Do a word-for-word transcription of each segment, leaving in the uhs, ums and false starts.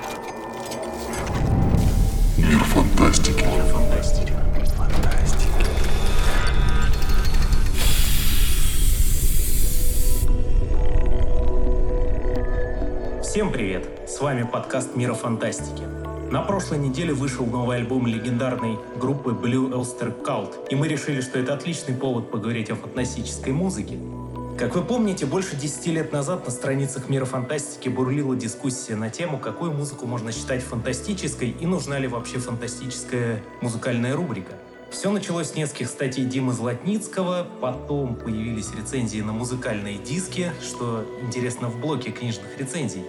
Мир фантастики. Мир фантастики. Мир фантастики. Всем привет! С вами подкаст Мира фантастики. На прошлой неделе вышел новый альбом легендарной группы Blue Oyster Cult, и мы решили, что это отличный повод поговорить о фантастической музыке. Как вы помните, больше десяти лет назад на страницах Мира фантастики бурлила дискуссия на тему, какую музыку можно считать фантастической и нужна ли вообще фантастическая музыкальная рубрика. Все началось с нескольких статей Димы Златницкого, потом появились рецензии на музыкальные диски, что интересно в блоке книжных рецензий.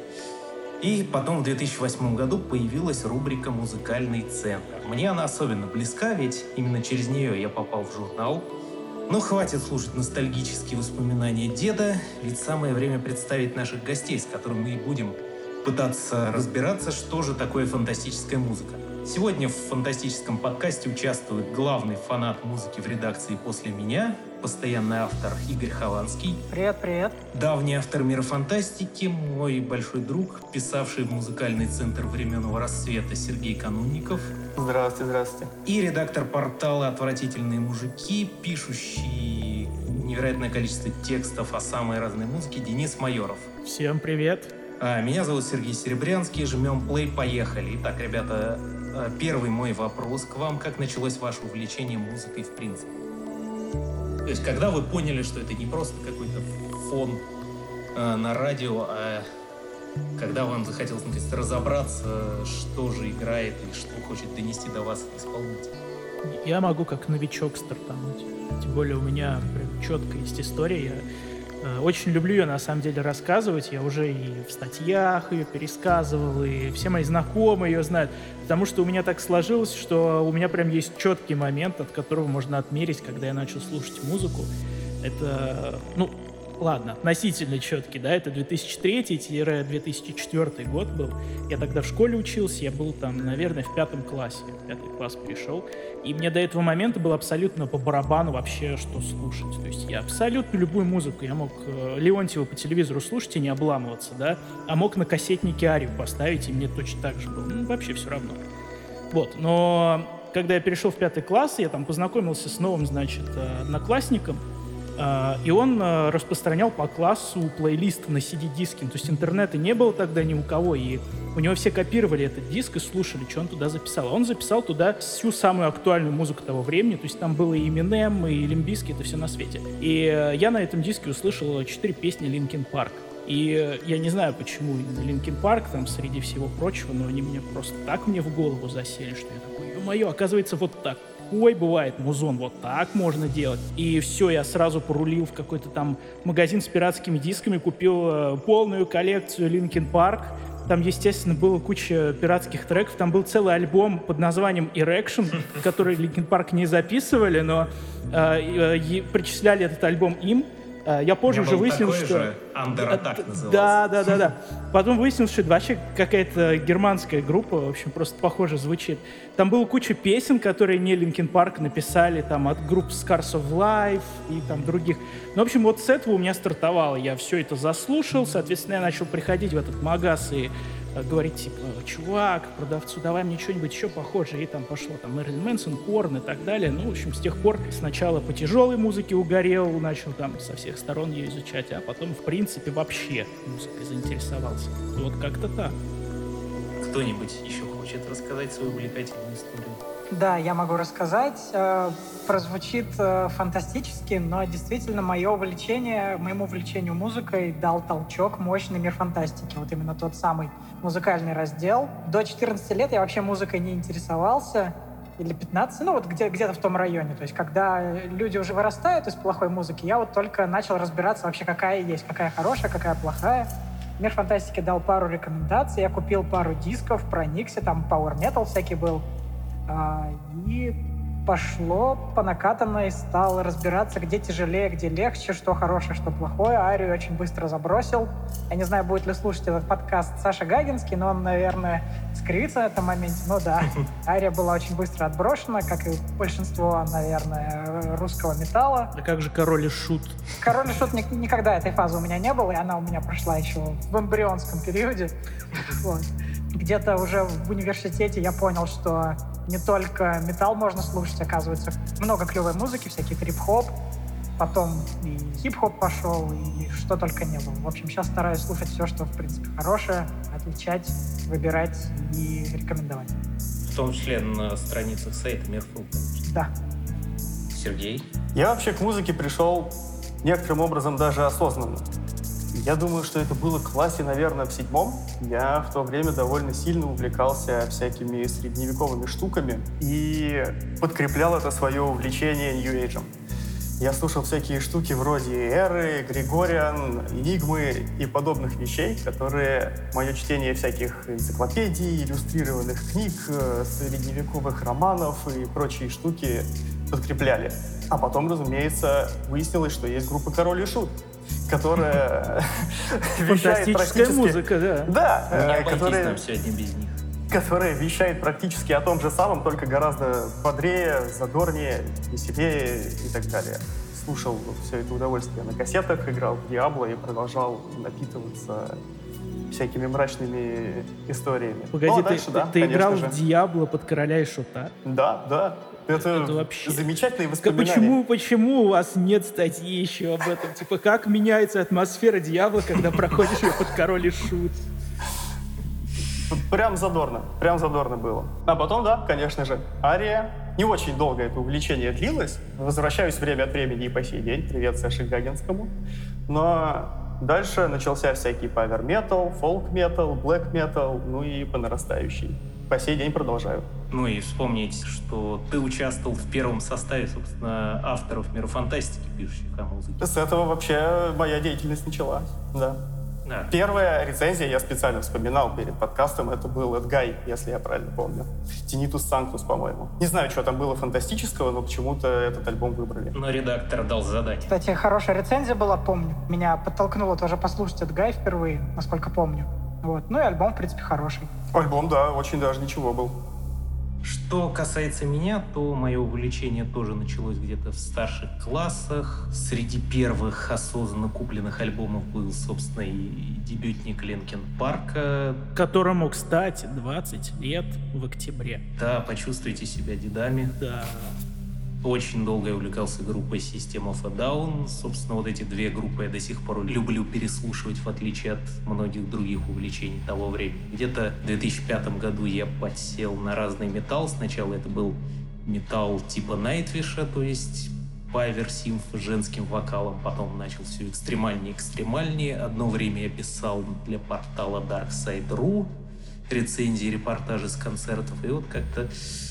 И потом в две тысячи восьмом году появилась рубрика «Музыкальный центр». Мне она особенно близка, ведь именно через нее я попал в журнал. Но хватит слушать ностальгические воспоминания деда, ведь самое время представить наших гостей, с которыми мы и будем пытаться разбираться, что же такое фантастическая музыка. Сегодня в фантастическом подкасте участвует главный фанат музыки в редакции после меня, постоянный автор Игорь Хованский. Привет, привет. Давний автор Мира фантастики, мой большой друг, писавший в музыкальный центр временного рассвета Сергей Канунников. Здравствуйте, здравствуйте. И редактор портала «Отвратительные мужики», пишущий невероятное количество текстов о самой разной музыке, Денис Майоров. Всем привет. А, меня зовут Сергей Серебрянский, жмем плей, поехали. Итак, ребята, первый мой вопрос к вам. Как началось ваше увлечение музыкой в принципе? То есть, когда вы поняли, что это не просто какой-то фон э, на радио, а когда вам захотелось наконец-то разобраться, что же играет и что хочет донести до вас исполнитель? Я могу как новичок стартануть. Тем более у меня прям четко есть история. Я э, очень люблю ее на самом деле рассказывать. Я уже и в статьях ее пересказывал, и все мои знакомые ее знают. Потому что у меня так сложилось, что у меня прям есть четкий момент, от которого можно отмерить, когда я начал слушать музыку. Это, ну, ладно, относительно четкий, да, это две тысячи третий - две тысячи четвёртый год был. Я тогда в школе учился, я был там, наверное, в пятом классе, в пятый класс пришел. И мне до этого момента было абсолютно по барабану вообще, что слушать. То есть я абсолютно любую музыку, я мог э, Леонтьева по телевизору слушать и не обламываться, да, а мог на кассетнике Арию поставить, и мне точно так же было. Ну, вообще все равно. Вот, но когда я перешел в пятый класс, я там познакомился с новым, значит, одноклассником, и он распространял по классу плейлист на си ди-диске. То есть интернета не было тогда ни у кого, и у него все копировали этот диск и слушали, что он туда записал. Он записал туда всю самую актуальную музыку того времени, то есть там было и Eminem, и Limp Bizkit, это все на свете. И я на этом диске услышал четыре песни Linkin Park. И я не знаю, почему именно Linkin Park там среди всего прочего, но они мне просто так мне в голову засели, что я такой, ё-моё, оказывается, вот так. Ой, бывает музон, вот так можно делать. И все, я сразу порулил в какой-то там магазин с пиратскими дисками, купил э, полную коллекцию Linkin Park. Там, естественно, было куча пиратских треков. Там был целый альбом под названием Erection, который Linkin Park не записывали, но э, э, причисляли этот альбом им. Я позже уже выяснил, что... Же Under Attack назывался. Да, да, да, да. Потом выяснил, что это вообще какая-то германская группа, в общем, просто похоже звучит. Там была куча песен, которые не Linkin Park написали, там, от групп Scars of Life и там других. Ну, в общем, вот с этого у меня стартовало. Я все это заслушал, соответственно, я начал приходить в этот магаз и говорить, типа, чувак, продавцу, давай мне что-нибудь еще похожее. И там пошло там Мэрилин Мэнсон, Корн и так далее. Ну, в общем, с тех пор сначала по тяжелой музыке угорел, начал там со всех сторон ее изучать, а потом, в принципе, вообще музыкой заинтересовался. Вот как-то так. Кто-нибудь еще хочет рассказать свою увлекательную историю? Да, я могу рассказать. Э, прозвучит э, фантастически, но действительно мое увлечение, моему увлечению музыкой дал толчок мощный Мир фантастики. Вот именно тот самый музыкальный раздел. До четырнадцати лет я вообще музыкой не интересовался. Или пятнадцати, ну вот где- где-то в том районе. То есть когда люди уже вырастают из плохой музыки, я вот только начал разбираться вообще, какая есть, какая хорошая, какая плохая. Мир фантастики дал пару рекомендаций. Я купил пару дисков, проникся, там Power Metal всякий был. А, и пошло по накатанной, стал разбираться, где тяжелее, где легче, что хорошее, что плохое. Арию очень быстро забросил. Я не знаю, будет ли слушать этот подкаст Саша Гагинский, но он, наверное, скривится на этом моменте. Ну да, Ария была очень быстро отброшена, как и большинство, наверное, русского металла. А как же Король и Шут? Король и Шут ни- никогда этой фазы у меня не было, и она у меня прошла еще в эмбрионском периоде. Вот. где-то уже в университете я понял, что не только металл можно слушать, оказывается, много клевой музыки, всякий трип-хоп, потом и хип-хоп пошел, и что только не было. В общем, сейчас стараюсь слушать все, что, в принципе, хорошее, отличать, выбирать и рекомендовать. В том числе на страницах сайта Мирфул, конечно. Да. Сергей? Я вообще к музыке пришел некоторым образом даже осознанно. Я думаю, что это было в классе, наверное, в седьмом. Я в то время довольно сильно увлекался всякими средневековыми штуками и подкреплял это свое увлечение нью-эйджем. Я слушал всякие штуки вроде Эры, Григориан, Энигмы и подобных вещей, которые мое чтение всяких энциклопедий, иллюстрированных книг, средневековых романов и прочие штуки подкрепляли. А потом, разумеется, выяснилось, что есть группа «Король и Шут», которая вещает Фантастическая практически... музыка, да. Да, Не э, обойтись которая... нам сегодня без них. которая вещает практически о том же самом, только гораздо бодрее, задорнее, веселее и так далее. Слушал все это удовольствие на кассетах, играл в Диабло и продолжал напитываться всякими мрачными историями. Погоди, ну, а ты, дальше, ты, да, ты играл же. в Диабло под короля и шута? Да, да. Это, Это вообще... замечательные Как, воспоминания. почему, почему у вас нет статьи еще об этом? Типа, как меняется атмосфера Диабло, когда проходишь ее под король и шут? Прям задорно, прям задорно было. А потом, да, конечно же, Ария. Не очень долго это увлечение длилось. Возвращаюсь время от времени и по сей день. Привет Саше Гагинскому. Но дальше начался всякий павер-метал, фолк-метал, блэк-метал, ну и по нарастающей. По сей день продолжаю. Ну и вспомнить, что ты участвовал в первом составе, собственно, авторов мира фантастики, пишущих о музыке. С этого вообще моя деятельность началась, да. Да. Первая рецензия, я специально вспоминал перед подкастом, это был Эдгай, если я правильно помню. Tinnitus Sanctus, по-моему. Не знаю, что там было фантастического, но почему-то этот альбом выбрали. Но редактор дал задание. Кстати, хорошая рецензия была, помню. Меня подтолкнуло тоже послушать Эдгай впервые, насколько помню. Вот. Ну и альбом, в принципе, хороший. Альбом, да, очень даже ничего был. Что касается меня, то мое увлечение тоже началось где-то в старших классах. Среди первых осознанно купленных альбомов был, собственно, и дебютник Линкин Парка. Которому, кстати, двадцать лет в октябре. Да, почувствуйте себя дедами. Да. Очень долго я увлекался группой System of a Down. Собственно, вот эти две группы я до сих пор люблю переслушивать, в отличие от многих других увлечений того времени. Где-то в две тысячи пятом году я подсел на разный металл. Сначала это был металл типа Найтвиша, то есть павер-симф с женским вокалом. Потом начал все экстремальнее и экстремальнее. Одно время я писал для портала Dark Side точка ру рецензии, репортажи с концертов. И вот как-то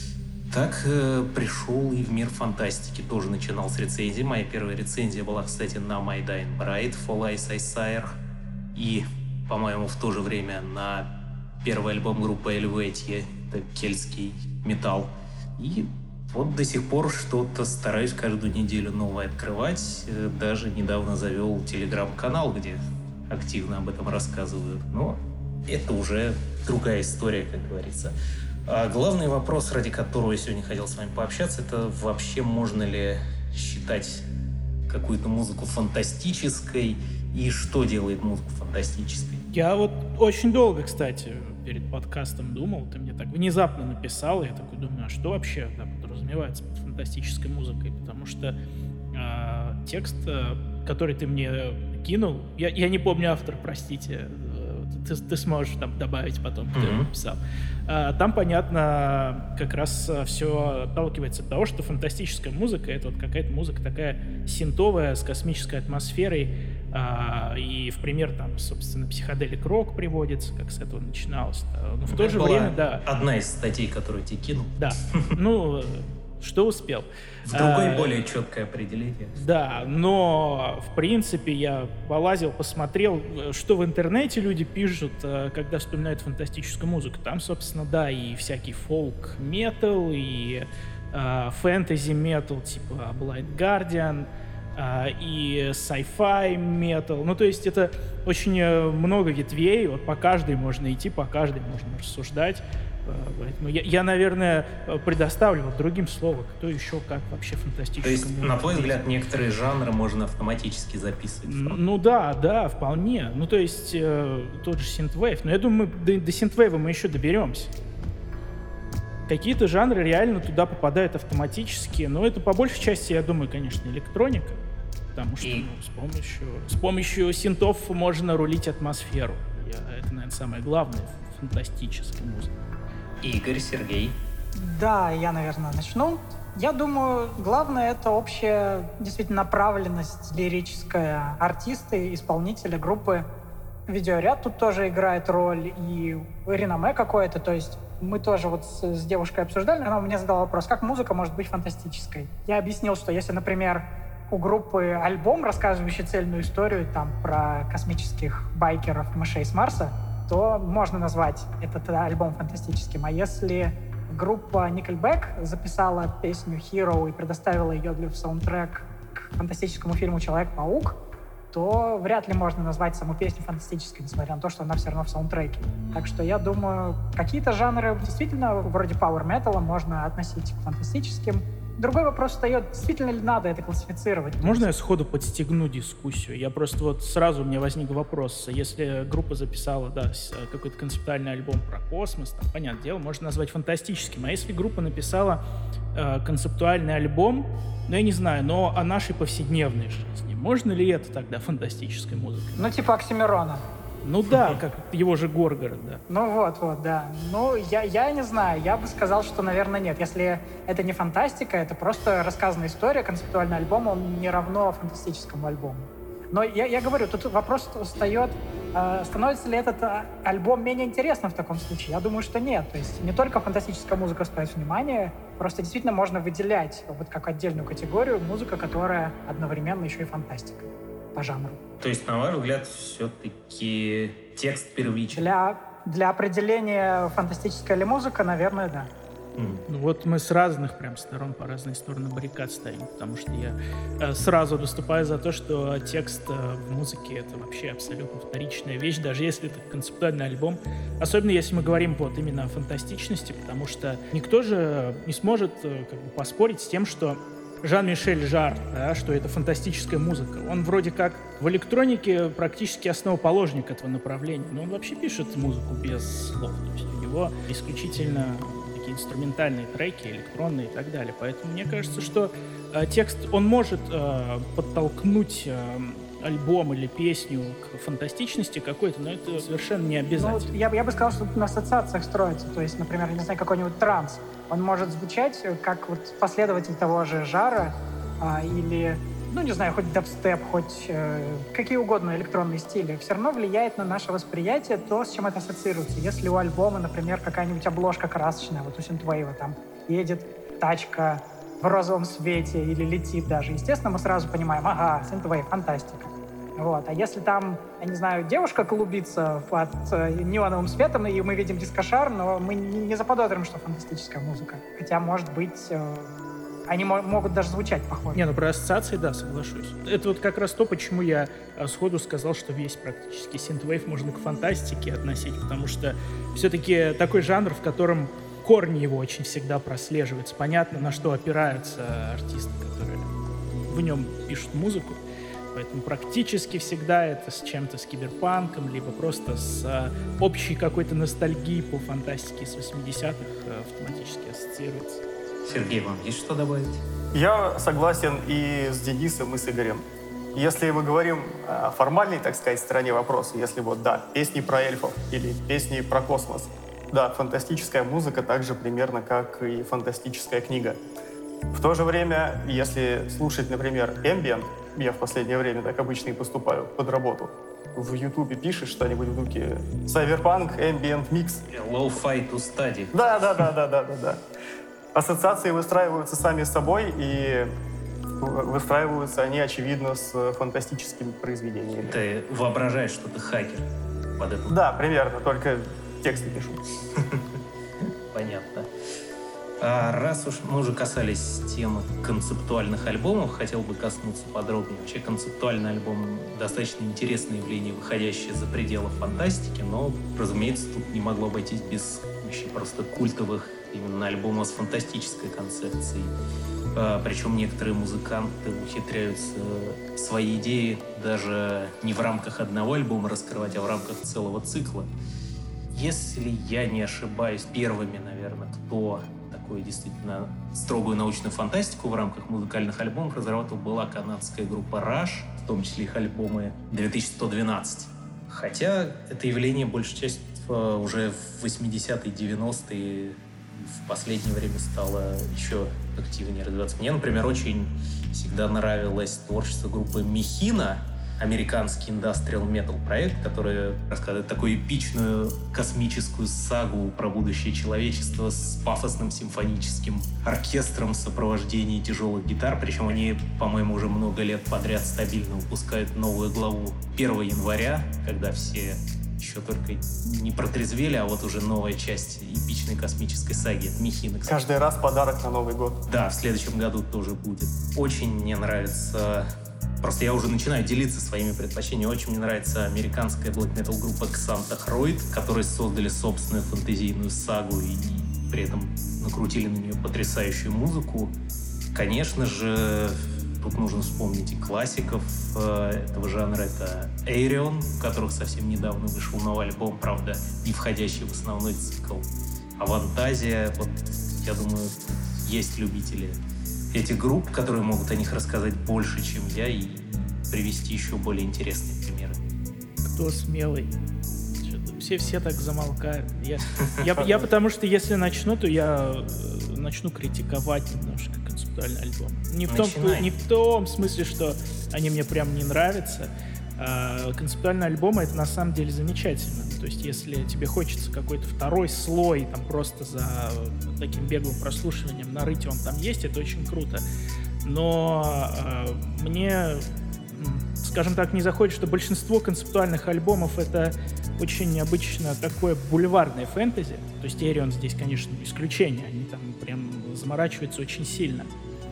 так э, пришел и в мир фантастики. Тоже начинал с рецензии. Моя первая рецензия была, кстати, на My Dying Bride, For Lies I Sire. И, по-моему, в то же время на первый альбом группы Helvetia. Это кельтский металл. И вот до сих пор что-то стараюсь каждую неделю новое открывать. Даже недавно завел телеграм-канал, где активно об этом рассказывают. Но это уже другая история, как говорится. А главный вопрос, ради которого я сегодня хотел с вами пообщаться, это вообще можно ли считать какую-то музыку фантастической и что делает музыку фантастической? Я вот очень долго, кстати, перед подкастом думал, ты мне так внезапно написал, и я такой думаю, а что вообще да, подразумевается под фантастической музыкой, потому что э, текст, э, который ты мне кинул, я, я не помню автор, простите, ты, ты сможешь там добавить потом, кто mm-hmm. написал. А, там, понятно, как раз все отталкивается от того, что фантастическая музыка — это вот какая-то музыка такая синтовая, с космической атмосферой, а, и в пример там, собственно, психоделик рок приводится, как с этого начиналось. Но в то же время, да. Одна из статей, которую тебе кинул. Да, ну... Что успел. В другое, а, более четкое определение. Да, но, в принципе, я полазил, посмотрел, что в интернете люди пишут, когда вспоминают фантастическую музыку. Там, собственно, да, и всякий фолк-метал, и фэнтези-метал, типа Blind Guardian, а, и sci-fi metal. Ну, то есть это очень э, много ветвей, вот по каждой можно идти, по каждой можно рассуждать. Э, Поэтому я, я, наверное, э, предоставлю вот другим слово, кто еще как вообще фантастическому. То есть, музыку на твой действует. взгляд, некоторые жанры можно автоматически записывать? Н- Ну да, да, вполне. Ну то есть э, тот же синтвейв. Но я думаю, мы до, до синтвейва мы еще доберемся. Какие-то жанры реально туда попадают автоматически, но это по большей части, я думаю, конечно, электроника, потому что И- ну, с помощью с помощью синтов можно рулить атмосферу. Я- это, наверное, самое главное в фантастической музыке. Игорь, Сергей. Да, я, наверное, начну. Я думаю, главное — это общая действительно направленность лирическая артиста, исполнителя, группы. Видеоряд тут тоже играет роль, и реноме какое-то. То есть мы тоже вот с, с девушкой обсуждали, она мне задала вопрос, как музыка может быть фантастической. Я объяснил, что если, например, у группы альбом, рассказывающий цельную историю там про космических байкеров, мышей с Марса, то можно назвать этот альбом фантастическим. А если группа Nickelback записала песню Hero и предоставила ее для в саундтрек к фантастическому фильму «Человек-паук», то вряд ли можно назвать саму песню фантастической, несмотря на то, что она все равно в саундтреке. Так что я думаю, какие-то жанры действительно вроде power metal можно относить к фантастическим. Другой вопрос встает, действительно ли надо это классифицировать. Можно я сходу подстегну дискуссию? Я просто вот сразу у меня возник вопрос. Если группа записала, да, с- какой-то концептуальный альбом про космос, там, понятное дело, можно назвать фантастическим. А если группа написала э, концептуальный альбом, ну, я не знаю, но о нашей повседневной жизни, можно ли это тогда фантастической музыкой? Ну, типа Оксимирона. Ну да, как его же Горгород, да. Ну вот, вот, да. Ну, я, я не знаю, я бы сказал, что, наверное, нет. Если это не фантастика, это просто рассказанная история, концептуальный альбом, он не равно фантастическому альбому. Но я, я говорю, тут вопрос встает, э, становится ли этот э, альбом менее интересным в таком случае? Я думаю, что нет. То есть не только фантастическая музыка стоит внимание, просто действительно можно выделять вот как отдельную категорию музыка, которая одновременно еще и фантастика по жанру. То есть, на ваш взгляд, все-таки текст первичен? Для, для определения фантастическая ли музыка, наверное, да. М. Ну вот мы с разных прям сторон, по разные стороны баррикад стоим, потому что я э, сразу выступаю за то, что текст э, в музыке — это вообще абсолютно вторичная вещь, даже если это концептуальный альбом, особенно если мы говорим вот именно о фантастичности, потому что никто же не сможет э, как бы поспорить с тем, что Жан-Мишель Жарр, да, что это фантастическая музыка. Он вроде как в электронике практически основоположник этого направления, но он вообще пишет музыку без слов, то есть у него исключительно такие инструментальные треки, электронные и так далее. Поэтому мне кажется, что э, текст, он может э, подтолкнуть э, альбом или песню к фантастичности какой-то, но это совершенно не Ну, обязательно. я, бы- я бы сказал, что тут на ассоциациях строится. То есть, например, не знаю, какой-нибудь транс. Он может звучать как вот последователь того же Жара а, или, ну, не знаю, хоть дабстеп, хоть э, какие угодно электронные стили. Все равно влияет на наше восприятие то, с чем это ассоциируется. Если у альбома, например, какая-нибудь обложка красочная, вот у Синтвейва там едет тачка в розовом свете или летит даже, естественно, мы сразу понимаем, ага, Синтвейв, фантастика. Вот. А если там, я не знаю, девушка клубится под э, неоновым светом, и мы видим дискошар, но мы не, не заподозрим, что фантастическая музыка. Хотя, может быть, э, они мо- могут даже звучать похоже. Не, ну про ассоциации, да, соглашусь. Это вот как раз то, почему я а, сходу сказал, что весь практически синтвейв можно к фантастике относить, потому что все-таки такой жанр, в котором корни его очень всегда прослеживаются. Понятно, на что опираются артисты, которые в нем пишут музыку. Поэтому практически всегда это с чем-то, с киберпанком, либо просто с а, общей какой-то ностальгией по фантастике с восьмидесятых а, автоматически ассоциируется. Сергей, вам есть что добавить? Я согласен и с Денисом, и с Игорем. Если мы говорим о формальной, так сказать, стороне вопроса, если вот, да, песни про эльфов или песни про космос, да, фантастическая музыка так же примерно, как и фантастическая книга. В то же время, если слушать, например, ambient, я в последнее время так обычно и поступаю под работу, в Ютубе пишешь что-нибудь в духе Cyberpunk, Ambient Mix. Low-fi to study. Да, да, да, да, да, да, да. Ассоциации выстраиваются сами с собой, и выстраиваются они, очевидно, с фантастическими произведениями. Ты воображаешь, что ты хакер под это. Да, примерно, только тексты пишу. Понятно. А раз уж мы уже касались темы концептуальных альбомов, хотел бы коснуться подробнее. Вообще концептуальный альбом — достаточно интересное явление, выходящее за пределы фантастики, но, разумеется, тут не могло обойтись без вообще просто культовых именно альбомов с фантастической концепцией. А, причем некоторые музыканты ухитряются свои идеи даже не в рамках одного альбома раскрывать, а в рамках целого цикла. Если я не ошибаюсь, первыми, наверное, кто такую действительно строгую научную фантастику в рамках музыкальных альбомов разрабатывал, была канадская группа Rush, в том числе их альбомы две тысячи сто двенадцать. Хотя это явление большей частью уже в восьмидесятые, девяностые в последнее время стало еще активнее развиваться. Мне, например, очень всегда нравилось творчество группы Мехина, американский индастриал метал проект, который рассказывает такую эпичную космическую сагу про будущее человечества с пафосным симфоническим оркестром в сопровождении тяжелых гитар. Причем они, по-моему, уже много лет подряд стабильно выпускают новую главу первого января, когда все еще только не протрезвели, а вот уже новая часть эпичной космической саги от Мехина. Каждый раз подарок на Новый год. Да, в следующем году тоже будет. Очень мне нравится... Просто я уже начинаю делиться своими предпочтениями. Очень мне нравится американская блэк-метал группа Xanthoid, которые создали собственную фэнтезийную сагу и при этом накрутили на нее потрясающую музыку. Конечно же, тут нужно вспомнить и классиков э, этого жанра. Это Ayreon, у которых совсем недавно вышел новый альбом, правда, не входящий в основной цикл. А Фантазия, вот, я думаю, есть любители этих групп, которые могут о них рассказать больше, чем я, и привести еще более интересные примеры. Кто смелый? Все, все так замолкают. Я, я, я потому что если начну, то я начну критиковать немножко концептуальный альбом. Не в, том, не в том смысле, что они мне прям не нравятся. А концептуальные альбомы — это на самом деле замечательно. То есть если тебе хочется какой-то второй слой, там просто за таким беглым прослушиванием нарыть, он там есть, это очень круто. Но э, мне, скажем так, не заходит, что большинство концептуальных альбомов — это очень необычно такое бульварное фэнтези. То есть Ayreon здесь, конечно, исключение. Они там прям заморачиваются очень сильно.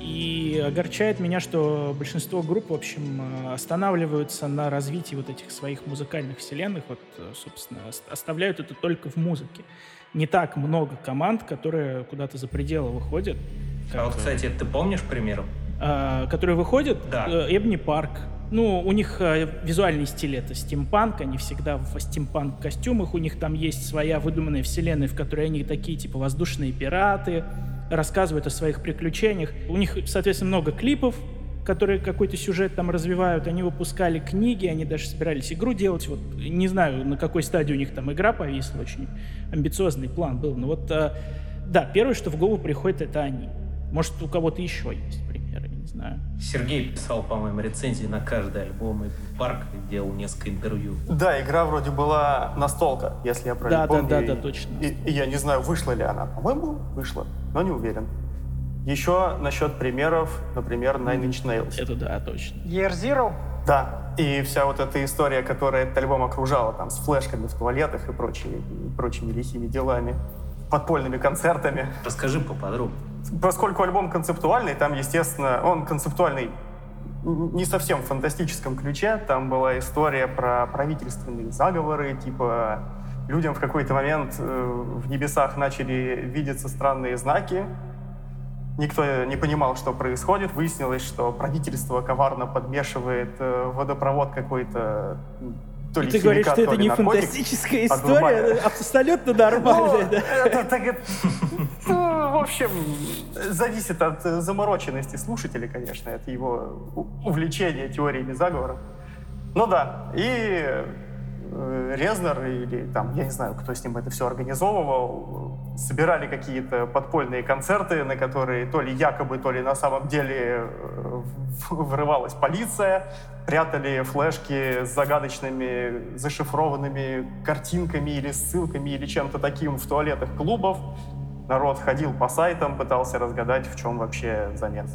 И огорчает меня, что большинство групп, в общем, останавливаются на развитии вот этих своих музыкальных вселенных, вот, собственно, оставляют это только в музыке. Не так много команд, которые куда-то за пределы выходят. А вот, кстати, ты помнишь примеры? А, которые выходят? Да. Ebony Park. Ну, у них визуальный стиль — это стимпанк, они всегда в стимпанк-костюмах, у них там есть своя выдуманная вселенная, в которой они такие, типа, воздушные пираты, рассказывают о своих приключениях. У них, соответственно, много клипов, которые какой-то сюжет там развивают. Они выпускали книги, они даже собирались игру делать. Вот не знаю, на какой стадии у них там игра повисла, очень амбициозный план был. Но вот, да, первое, что в голову приходит, это они. Может, у кого-то еще есть примеры, я не знаю. Сергей писал, по-моему, рецензии на каждый альбом, и Парк делал несколько интервью. Да, игра вроде была настолка, если я правильно да, помню. Да, да, и, да, точно. И, и я не знаю, вышла ли она. По-моему, вышла, но не уверен. Еще насчет примеров, например, Nine Inch Nails. Это да, точно. Year Zero? Да, и вся вот эта история, которая этот альбом окружала, там, с флешками в туалетах и прочими, и прочими лихими делами, подпольными концертами. Расскажи поподробнее. Поскольку альбом концептуальный, там, естественно, он концептуальный не совсем в фантастическом ключе. Там была история про правительственные заговоры, типа людям в какой-то момент э, в небесах начали видеться странные знаки. Никто не понимал, что происходит. Выяснилось, что правительство коварно подмешивает э, водопровод какой-то, то ли и ты говоришь, химикат, что это то ли не наркотик, фантастическая история, это абсолютно нормальная. Ну, это, так, ну, в общем, зависит от замороченности слушателя, конечно, от его увлечения теориями заговора. Ну да, и Резнер или там, я не знаю, кто с ним это все организовывал, собирали какие-то подпольные концерты, на которые то ли якобы, то ли на самом деле врывалась полиция, прятали флешки с загадочными зашифрованными картинками или ссылками или чем-то таким в туалетах клубов. Народ ходил по сайтам, пытался разгадать, в чем вообще замес.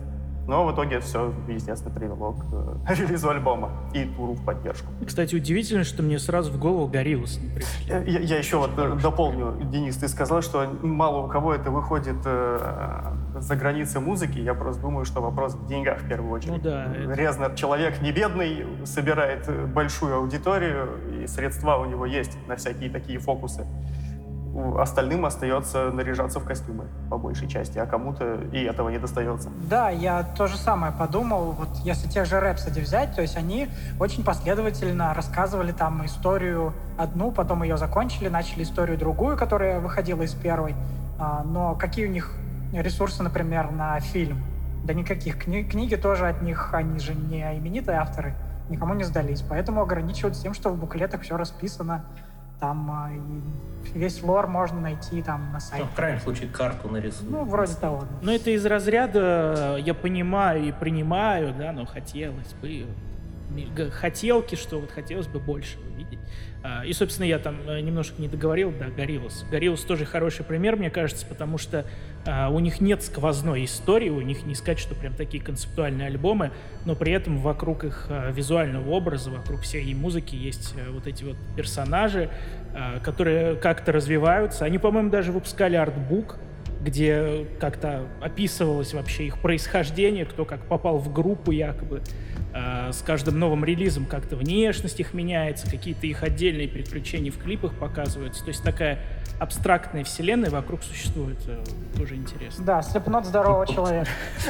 Но в итоге все, естественно, привело к э, релизу альбома и туру в поддержку. Кстати, удивительно, что мне сразу в голову Gorillaz не пришли. Я, я, я еще вот хороший. дополню, Денис, ты сказал, что мало у кого это выходит э, за границы музыки. Я просто думаю, что вопрос в деньгах в первую очередь. Ну да. Это... Резнер человек не бедный, собирает большую аудиторию, и средства у него есть на всякие такие фокусы. Остальным остается наряжаться в костюмы по большей части, а кому-то и этого не достается. Да, я то же самое подумал. Вот если тех же Rhapsody взять, то есть они очень последовательно рассказывали там историю одну, потом ее закончили, начали историю другую, которая выходила из первой. А, но какие у них ресурсы, например, на фильм? Да никаких. Кни- книги тоже от них, они же не именитые авторы, никому не сдались. Поэтому ограничиваются тем, что в буклетах все расписано. Там а, и весь лор можно найти там на сайте. Ну, в крайнем случае карту нарисуют. Ну, вроде того. Но это из разряда я понимаю и принимаю, да, но хотелось бы хотелки, что вот хотелось бы больше увидеть. И, собственно, я там немножко не договорил, да, Gorillaz. Gorillaz тоже хороший пример, мне кажется, потому что а, у них нет сквозной истории, у них не сказать, что прям такие концептуальные альбомы, но при этом вокруг их а, визуального образа, вокруг всей музыки есть а, вот эти вот персонажи, а, которые как-то развиваются. Они, по-моему, даже выпускали артбук, где как-то описывалось вообще их происхождение, кто как попал в группу якобы. Э, с каждым новым релизом как-то внешность их меняется, какие-то их отдельные приключения в клипах показываются. То есть такая абстрактная вселенная вокруг существует. Э, тоже интересно. Да, Slipknot здорового человека.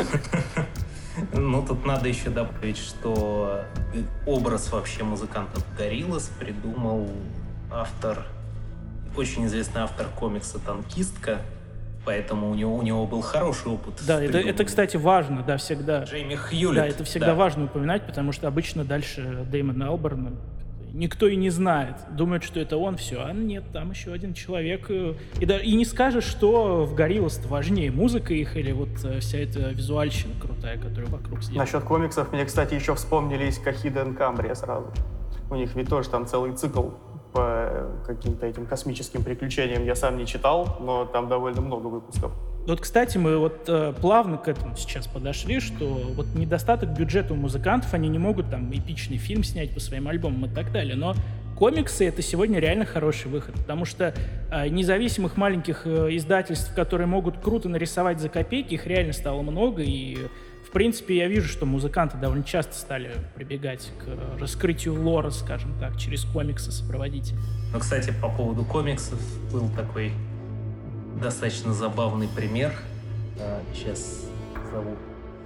Ну, тут надо еще добавить, что образ вообще музыкантов Gorillaz придумал автор, очень известный автор комикса «Танкистка», поэтому у него, у него был хороший опыт. Да, это, это, кстати, важно, да, всегда. Джейми Хьюлетт. Да, это всегда да. важно упоминать, потому что обычно дальше Дэймона Элборна никто и не знает. Думают, что это он, все. А нет, там еще один человек. И, да, и не скажешь, что в Gorillaz важнее музыка их или вот вся эта визуальщина крутая, которая вокруг сделана. Насчет комиксов мне, кстати, еще вспомнились Кахида и Камбрия сразу. У них ведь тоже там целый цикл по каким-то этим космическим приключениям. Я сам не читал, но там довольно много выпусков. Вот, кстати, мы вот э, плавно к этому сейчас подошли, что вот недостаток бюджета у музыкантов, они не могут там эпичный фильм снять по своим альбомам и так далее, но комиксы — это сегодня реально хороший выход, потому что э, независимых маленьких э, издательств, которые могут круто нарисовать за копейки, их реально стало много, и в принципе я вижу, что музыканты довольно часто стали прибегать к раскрытию лора, скажем так, через комиксы сопроводить. Ну, кстати, по поводу комиксов был такой достаточно забавный пример. А, сейчас зову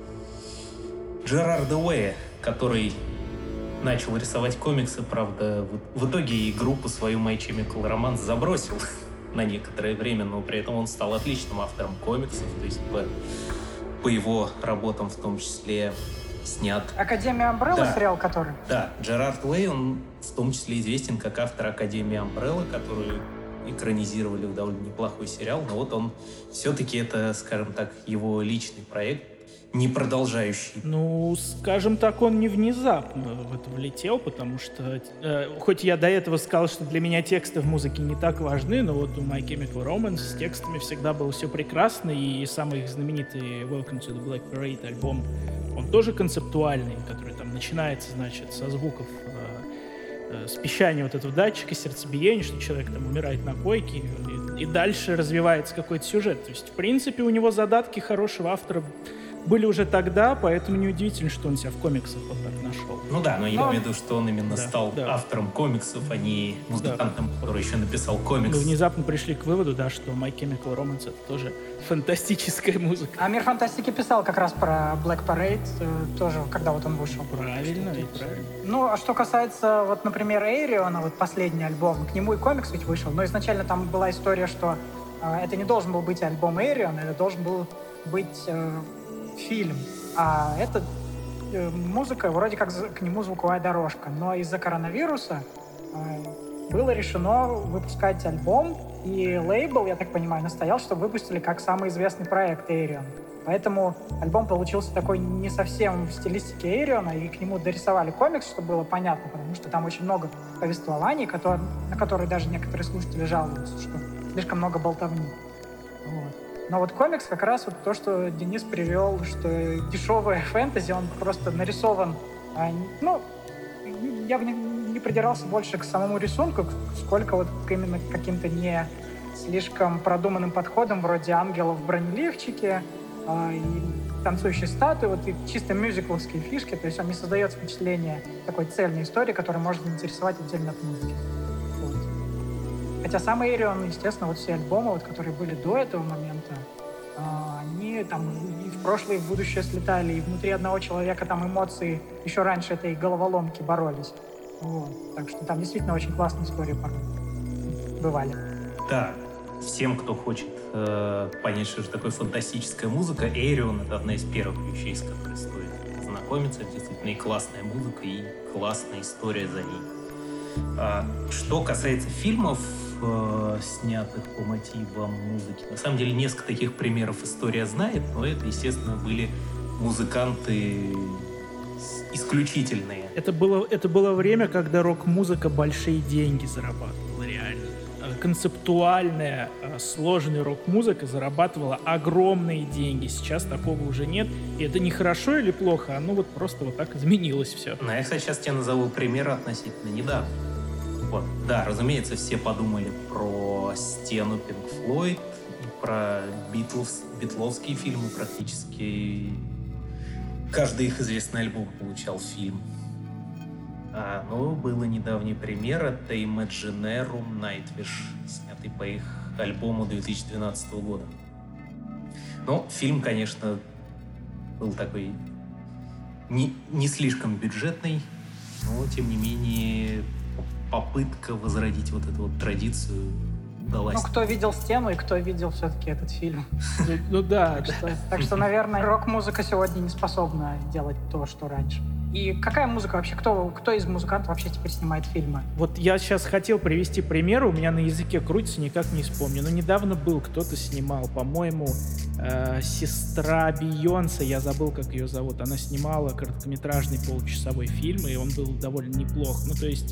Джерарда Уэя, который начал рисовать комиксы, правда, в, в итоге и группу свою My Chemical Romance забросил на некоторое время, но при этом он стал отличным автором комиксов, то есть по, по его работам в том числе снят... Академия Umbrella, да. Сериал который? Да, Джерард Уэй, он в том числе известен как автор Академии Umbrella, которую экранизировали в довольно неплохой сериал, но вот он все-таки это, скажем так, его личный проект, не продолжающий. Ну, скажем так, он не внезапно в это влетел, потому что, э, хоть я до этого сказал, что для меня тексты в музыке не так важны, но вот у My Chemical Romance с текстами всегда было все прекрасно, и самый их знаменитый Welcome to the Black Parade альбом, он тоже концептуальный, который там начинается, значит, со звуков э, э, с пищания вот этого датчика, сердцебиения, что человек там умирает на койке, и, и дальше развивается какой-то сюжет. То есть, в принципе, у него задатки хорошего автора были уже тогда, поэтому неудивительно, что он себя в комиксах вот так нашел. Ну да, но я но... имею в виду, что он именно да, стал да. автором комиксов, а не музыкантом, да. который еще написал комикс. Мы внезапно пришли к выводу, да, что My Chemical Romance — это тоже фантастическая музыка. А Мир Фантастики писал как раз про Black Parade, тоже, когда вот он вышел. Правильно, и правильно. Ну, а что касается, вот, например, Эйриона, вот последний альбом, к нему и комикс ведь вышел, но изначально там была история, что э, это не должен был быть альбом Эйриона, это должен был быть э, фильм. А это э, музыка, вроде как за, к нему звуковая дорожка. Но из-за коронавируса э, было решено выпускать альбом, и лейбл, я так понимаю, настоял, чтобы выпустили как самый известный проект Эйрион. Поэтому альбом получился такой не совсем в стилистике Эйриона, и к нему дорисовали комикс, чтобы было понятно, потому что там очень много повествований, которые, на которые даже некоторые слушатели жалуются, что слишком много болтовни. Вот. Но вот комикс как раз вот то, что Денис привел, что дешевая фэнтези, он просто нарисован, а, ну, я бы не, не придирался больше к самому рисунку, сколько вот именно каким-то не слишком продуманным подходом, вроде ангелов в бронеливчике, а, и танцующие статуи, вот и чисто мюзикловские фишки, то есть он не создает впечатление такой цельной истории, которая может заинтересовать отдельно от музыки. Вот. Хотя сам Эйрион, естественно, вот все альбомы, вот, которые были до этого момента, они там и в прошлое, и в будущее слетали, и внутри одного человека там эмоции еще раньше этой головоломки боролись. Вот. Так что там действительно очень классные истории порой бывали. Да, всем, кто хочет э, понять, что же такое фантастическая музыка, Эйрион — это одна из первых вещей, с которой стоит знакомиться. Действительно и классная музыка, и классная история за ней. А, что касается фильмов, э, снятых по мотивам музыки, на самом деле несколько таких примеров история знает, но это, естественно, были музыканты исключительные. Это было, это было время, когда рок-музыка большие деньги зарабатывала, реально. Концептуальная, сложная рок-музыка зарабатывала огромные деньги. Сейчас такого уже нет. И это не хорошо или плохо, оно вот просто вот так изменилось все. Ну, я, кстати, сейчас тебе назову примеры относительно недавно. Вот. Да, разумеется, все подумали про стену Pink Floyd, и про Битлз, битловские фильмы практически. Каждый их известный альбом получал фильм. А, ну, был и недавний пример, это Imaginerum Nightwish, снятый по их альбому две тысячи двенадцатого года. Ну, фильм, конечно, был такой не, не слишком бюджетный, но, тем не менее, попытка возродить вот эту вот традицию удалась. Ну, кто видел «Стену» и кто видел все-таки этот фильм. Ну да. Так что, так что, наверное, рок-музыка сегодня не способна делать то, что раньше. И какая музыка вообще? Кто, кто из музыкантов вообще теперь снимает фильмы? Вот я сейчас хотел привести пример, у меня на языке крутится, никак не вспомню. Но недавно был, кто-то снимал, по-моему, э, сестра Бейонсе, я забыл, как ее зовут. Она снимала короткометражный получасовой фильм, и он был довольно неплох. Ну, то есть,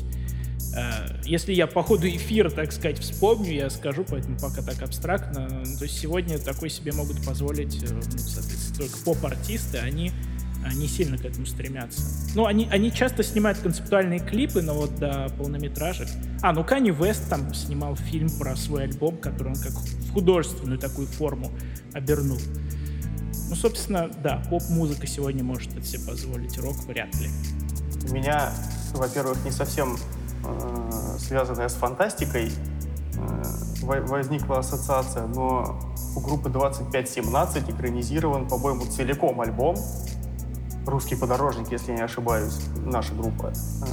э, если я по ходу эфира, так сказать, вспомню, я скажу, поэтому пока так абстрактно. То есть сегодня такой себе могут позволить, ну, соответственно, только поп-артисты, они не сильно к этому стремятся. Ну, они, они часто снимают концептуальные клипы, но вот до полнометражек. А, ну, Канье Уэст там снимал фильм про свой альбом, который он как в художественную такую форму обернул. Ну, собственно, да, поп-музыка сегодня может это себе позволить, рок вряд ли. У меня, во-первых, не совсем э, связанная с фантастикой э, возникла ассоциация, но у группы двадцать пять семнадцать экранизирован, по-моему, целиком альбом «Русский подорожник», если я не ошибаюсь, наша группа.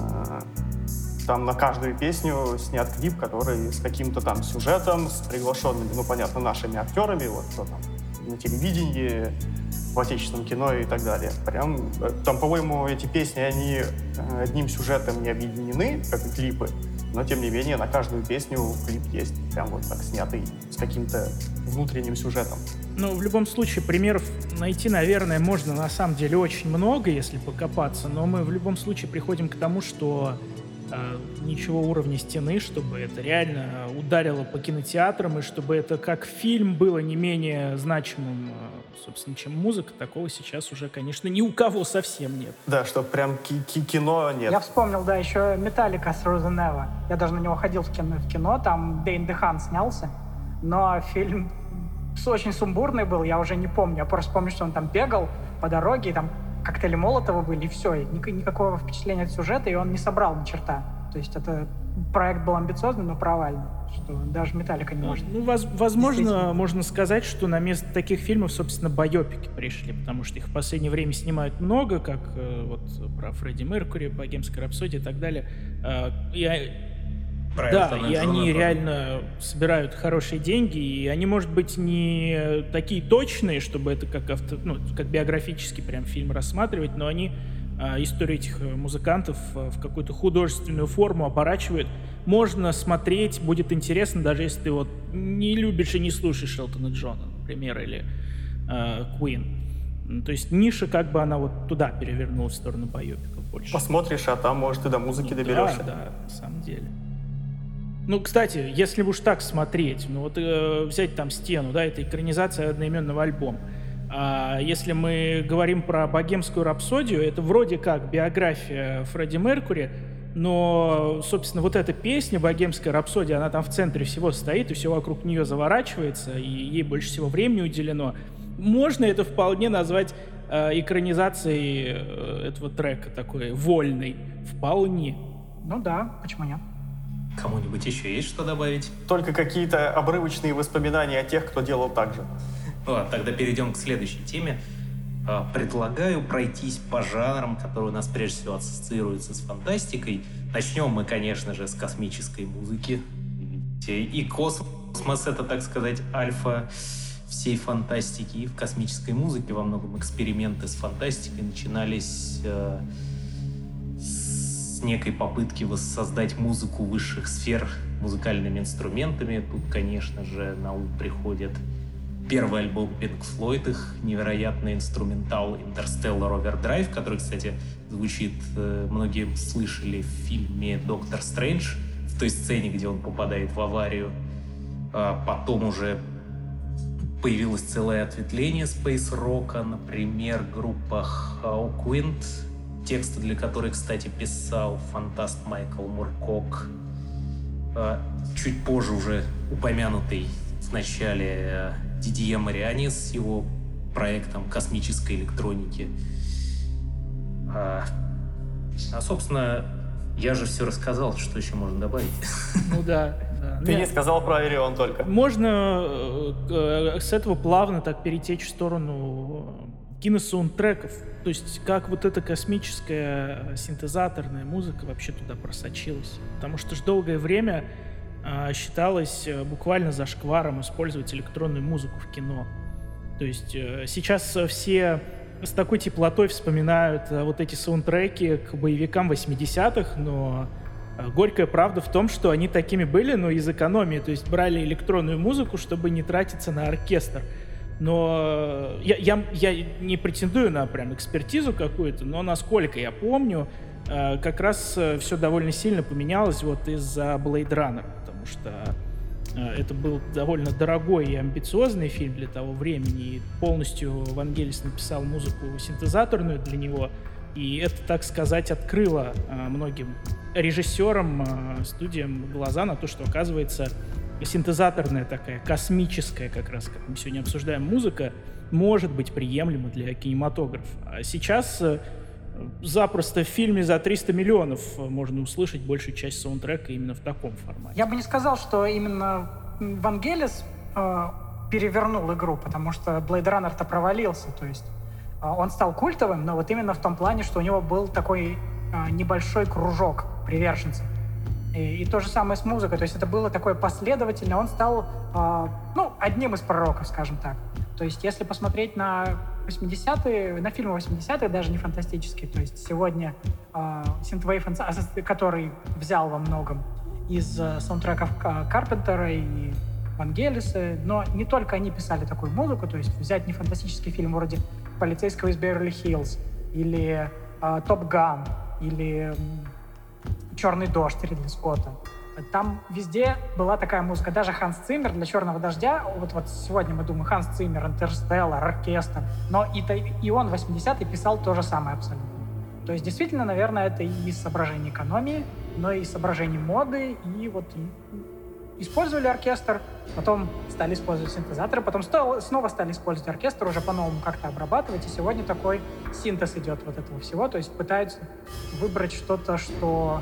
Там на каждую песню снят клип, который с каким-то там сюжетом, с приглашенными, ну, понятно, нашими актерами, вот кто там на телевидении, в отечественном кино и так далее. Прям, там, по-моему, эти песни, они одним сюжетом не объединены, как и клипы, но, тем не менее, на каждую песню клип есть, прям вот так снятый, с каким-то внутренним сюжетом. Ну, в любом случае, примеров найти, наверное, можно на самом деле очень много, если покопаться, но мы в любом случае приходим к тому, что э, ничего уровня «Стены», чтобы это реально ударило по кинотеатрам, и чтобы это как фильм было не менее значимым, э, собственно, чем музыка, такого сейчас уже, конечно, ни у кого совсем нет. Да, что прям ки- кино нет. Я вспомнил, да, еще «Металлика» с Through the Never. Я даже на него ходил в кино, в кино там Дэйн Дехан снялся, но фильм очень сумбурный был, я уже не помню. Я просто помню, что он там бегал по дороге, и там коктейли Молотова были, и все. И ник- никакого впечатления от сюжета, и он не собрал ни черта. То есть это проект был амбициозный, но провальный, что даже «Металлика» не может. Ну, воз- возможно, можно сказать, что на место таких фильмов, собственно, байопики пришли, потому что их в последнее время снимают много, как э, вот про Фредди Меркьюри, «Богемская рапсодия» и так далее. Э, и, Про да, Элтона и Джона, они правда. реально собирают хорошие деньги, и они, может быть, не такие точные, чтобы это как, авто, ну, как биографический прям фильм рассматривать, но они а, историю этих музыкантов а, в какую-то художественную форму оборачивают. Можно смотреть, будет интересно, даже если ты вот не любишь и не слушаешь Элтона Джона, например, или а, Queen. То есть ниша как бы она вот туда перевернулась в сторону байопиков больше. Посмотришь, а там, может, и до музыки доберешься. Да, да, на самом деле. Ну, кстати, если уж так смотреть, ну вот э, взять там «Стену», да, это экранизация одноименного альбома. А если мы говорим про «Богемскую рапсодию», это вроде как биография Фредди Меркьюри, но, собственно, вот эта песня «Богемская рапсодия», она там в центре всего стоит, и все вокруг нее заворачивается, и ей больше всего времени уделено. Можно это вполне назвать э, экранизацией э, этого трека, такой вольной. Вполне. Ну да, почему нет? Кому-нибудь еще есть что добавить? Только какие-то обрывочные воспоминания о тех, кто делал так же. Ладно, тогда перейдем к следующей теме. Предлагаю пройтись по жанрам, которые у нас прежде всего ассоциируются с фантастикой. Начнем мы, конечно же, с космической музыки. И космос — это, так сказать, альфа всей фантастики. И в космической музыке во многом эксперименты с фантастикой начинались э, с некой попытки воссоздать музыку высших сфер музыкальными инструментами. Тут, конечно же, на ум приходит первый альбом Pink Floyd, их невероятный инструментал Interstellar Overdrive, который, кстати, звучит, э, многие слышали в фильме «Доктор Стрэндж», в той сцене, где он попадает в аварию. А потом уже появилось целое ответвление спейс-рока, например, группа Hawkwind, тексты для которой, кстати, писал фантаст Майкл Муркок. А чуть позже уже упомянутый в начале Дидье Мариани с его проектом космической электроники. А, а, собственно, я же все рассказал, что еще можно добавить. Ну да. да. Ты не сказал про Орион только. Можно э, с этого плавно так перетечь в сторону киносаундтреков. То есть как вот эта космическая синтезаторная музыка вообще туда просочилась. Потому что ж долгое время считалось буквально зашкваром использовать электронную музыку в кино. То есть сейчас все с такой теплотой вспоминают вот эти саундтреки к боевикам восьмидесятых, но горькая правда в том, что они такими были, но из экономии. То есть брали электронную музыку, чтобы не тратиться на оркестр. Но я, я, я не претендую на прям экспертизу какую-то, но насколько я помню, как раз все довольно сильно поменялось вот из-за Blade Runner, потому что это был довольно дорогой и амбициозный фильм для того времени, и полностью Вангелис написал музыку синтезаторную для него, и это, так сказать, открыло многим режиссерам, студиям глаза на то, что, оказывается, синтезаторная такая, космическая, как раз, как мы сегодня обсуждаем, музыка может быть приемлема для кинематографа. А сейчас запросто в фильме за триста миллионов можно услышать большую часть саундтрека именно в таком формате. Я бы не сказал, что именно Вангелис э, перевернул игру, потому что Blade Runner-то провалился. То есть э, он стал культовым, но вот именно в том плане, что у него был такой э, небольшой кружок приверженцев. И, и то же самое с музыкой. То есть это было такое последовательное. Он стал э, ну, одним из пророков, скажем так. То есть если посмотреть на восьмидесятые, на фильмы восьмидесятых, даже не фантастические, то есть сегодня э, Synthwave, который взял во многом из э, саундтреков Карпентера и Вангелиса, но не только они писали такую музыку, то есть взять не фантастический фильм вроде «Полицейского из Беверли-Хиллз» или э, «Топ Ган» или э, «Черный дождь» Ридли Скотта. Там везде была такая музыка. Даже Ханс Циммер для «Черного дождя», вот, вот сегодня мы думаем, Ханс Циммер, «Интерстеллар», «Оркестр», но и, и он в восьмидесятые писал то же самое абсолютно. То есть действительно, наверное, это и из соображений экономии, но и из соображений моды, и вот и использовали оркестр, потом стали использовать синтезаторы, потом стал, снова стали использовать оркестр, уже по-новому как-то обрабатывать, и сегодня такой синтез идет вот этого всего, то есть пытаются выбрать что-то, что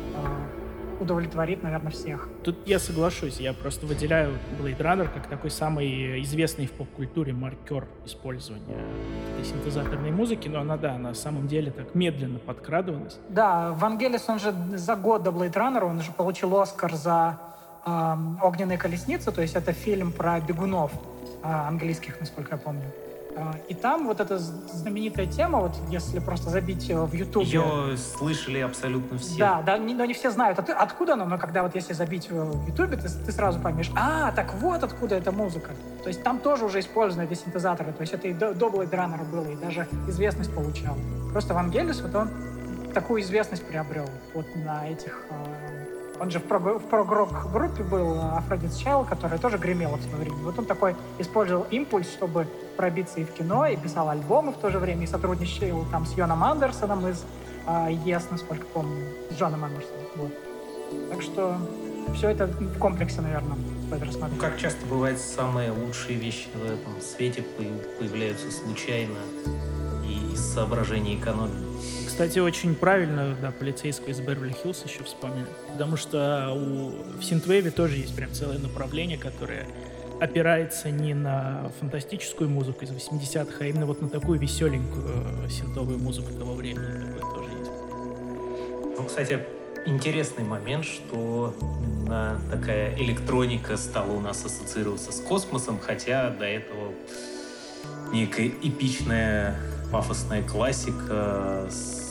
удовлетворит, наверное, всех. Тут я соглашусь. Я просто выделяю Blade Runner как такой самый известный в поп-культуре маркер использования этой синтезаторной музыки, но она, да, на самом деле так медленно подкрадывалась. Да, Вангелис, он же за год до Blade Runner, он же получил Оскар за э, «Огненные колесницы», то есть это фильм про бегунов э, английских, насколько я помню. И там вот эта знаменитая тема, вот если просто забить в Ютубе... Ее слышали абсолютно все. Да, да, не, но не все знают, от, откуда она, но когда вот если забить в Ютубе, ты, ты сразу поймешь, а, так вот откуда эта музыка. То есть там тоже уже использованы эти синтезаторы, то есть это и до, до Blade Runner было, и даже известность получал. Просто Вангелис, вот он такую известность приобрел вот на этих э, Он же в, прог- в прогрок-группе был Aphrodite Child, которая тоже гремела в свое время. Вот он такой использовал импульс, чтобы пробиться и в кино, и писал альбомы в то же время, и сотрудничал там с Йоном Андерсоном из э, Yes, насколько помню, с Джоном Андерсоном. Вот. Так что все это в комплексе, наверное, стоит Ну, рассмотреть. как часто бывает, самые лучшие вещи в этом свете по- появляются случайно и из соображений экономии. Кстати, очень правильно, да, полицейского из Беверли-Хиллз еще вспомнили. Потому что у, в синтвейве тоже есть прям целое направление, которое опирается не на фантастическую музыку из восьмидесятых, а именно вот на такую веселенькую э, синтовую музыку того времени. Такое тоже есть. Ну, кстати, интересный момент, что именно такая электроника стала у нас ассоциироваться с космосом, хотя до этого некая эпичная пафосная классика с-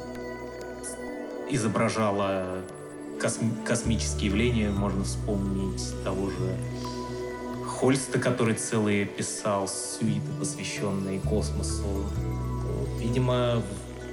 изображала косм- космические явления. Можно вспомнить того же Хольста, который целые писал сюиты, посвященные космосу. Вот, видимо,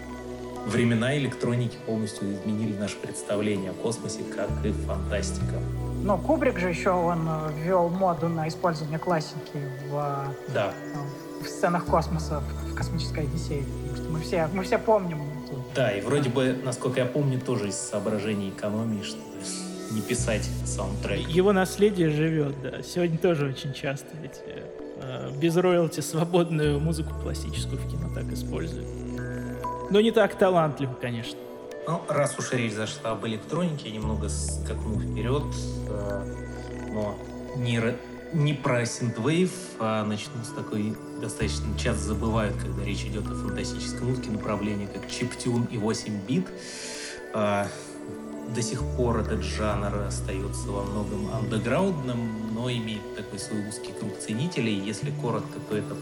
в- времена электроники полностью изменили наше представление о космосе, как и фантастика. Но Кубрик же еще, он э, ввел моду на использование классики в, Да, э, в сценах космоса в «Космической Одиссее». Потому что мы все, мы все помним эту. да, и вроде бы, насколько я помню, тоже из соображений экономии, чтобы не писать саундтрек. Его наследие живет, да. Сегодня тоже очень часто ведь э, без роялти свободную музыку классическую в кино так используют. Но не так талантливо, конечно. Ну, раз уж речь зашла об электронике, я немного скакну вперед, э, но не, р- не про синтвейв, а начну с такой, достаточно часто забывают, когда речь идет о фантастической музыке, направления как чиптюн и восемь бит. Э, до сих пор этот жанр остается во многом андеграундным, но имеет такой свой узкий круг ценителей. Если коротко, то это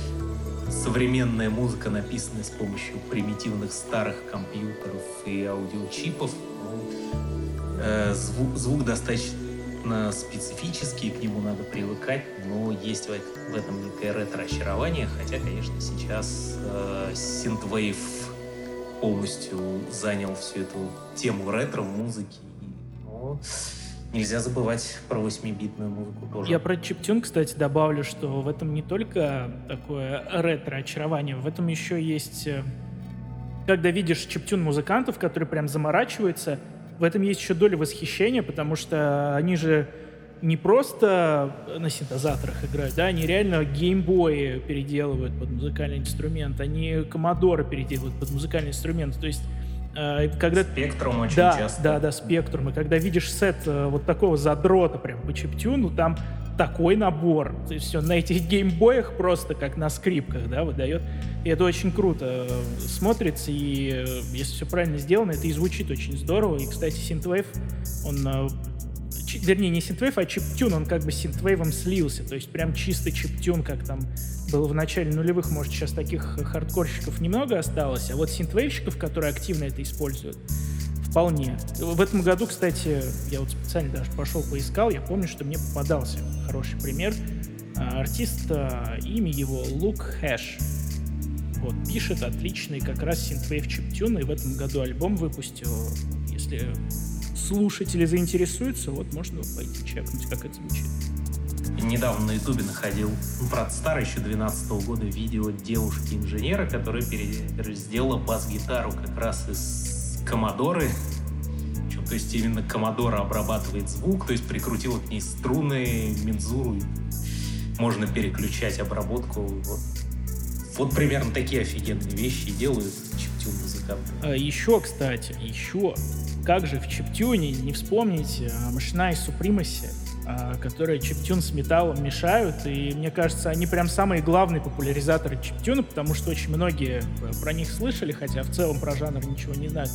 современная музыка, написанная с помощью примитивных старых компьютеров и аудиочипов. Ну, э, звук, звук достаточно специфический, к нему надо привыкать, но есть в, в этом некое ретро-очарование, хотя, конечно, сейчас э, синтвейв полностью занял всю эту тему ретро-музыки. Но нельзя забывать про восьмибитную музыку тоже. Я про чиптюн, кстати, добавлю, что в этом не только такое ретро-очарование, в этом еще есть... э, Когда видишь чиптюн-музыкантов, которые прям заморачиваются, в этом есть еще доля восхищения, потому что они же не просто на синтезаторах играют, да, они реально геймбои переделывают под музыкальный инструмент, они коммодоры переделывают под музыкальный инструмент, то есть э, когда... Спектрум очень да, часто. Да, да, спектрум. И когда видишь сет э, вот такого задрота прям по чиптюну, там такой набор. То есть все на этих геймбоях просто как на скрипках, да, выдает. И это очень круто э, смотрится, и э, если все правильно сделано, это и звучит очень здорово. И, кстати, синтвейв, он... э, чи- вернее, не синтвейв, а чиптюн, он как бы с синтвейвом слился. То есть прям чисто чиптюн, как там было в начале нулевых, может, сейчас таких хардкорщиков немного осталось, а вот синтвейвщиков, которые активно это используют, вполне. В этом году, кстати, я вот специально даже пошел поискал, я помню, что мне попадался хороший пример. А, Артист, а, имя его Luke Hash. Вот, пишет отличный как раз синтвейв чиптюн, и в этом году альбом выпустил. Если слушатели заинтересуются, вот можно пойти чекнуть, как это звучит. Недавно на ютубе находил, ну, правда, старое, еще двенадцатого года, видео девушки-инженера, которая пере- сделала бас-гитару как раз из Коммодоры. Причем, то есть именно Коммодора обрабатывает звук, то есть прикрутила к ней струны, мензуру. Можно переключать обработку. Вот, вот примерно такие офигенные вещи делают чиптюн-музыканты. А еще, кстати, еще, как же в чиптюне не вспомнить а, Machina и Supremacy, а, которые чиптюн с металлом мешают, и мне кажется, они прям самые главные популяризаторы чиптюна, потому что очень многие про них слышали, хотя в целом про жанр ничего не знают.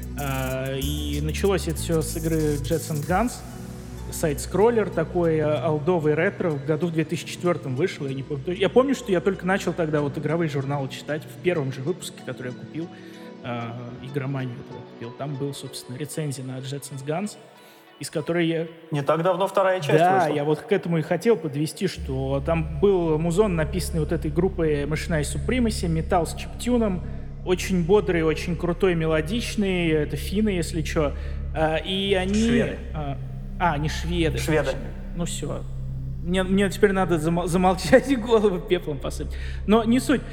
А, и началось это все с игры Jets and Guns, сайт-скроллер такой, олдовый ретро, в году в две тысячи четвёртом вышел, я не помню. Я помню, что я только начал тогда вот игровые журналы читать, в первом же выпуске, который я купил, э, игроманию этого купил, там был, собственно, рецензия на Jets and Guns, из которой я... Не так давно вторая часть Да, вышла. я вот к этому и хотел подвести, что там был музон, написанный вот этой группой Machina и Supremacy, металл с чиптюном, очень бодрый, очень крутой, мелодичный, это финны, если что. А, и они... Шведы. А, а, они шведы. Шведы. Точно. Ну все. Мне, мне теперь надо замол- замолчать и голову пеплом посыпать. Но не суть.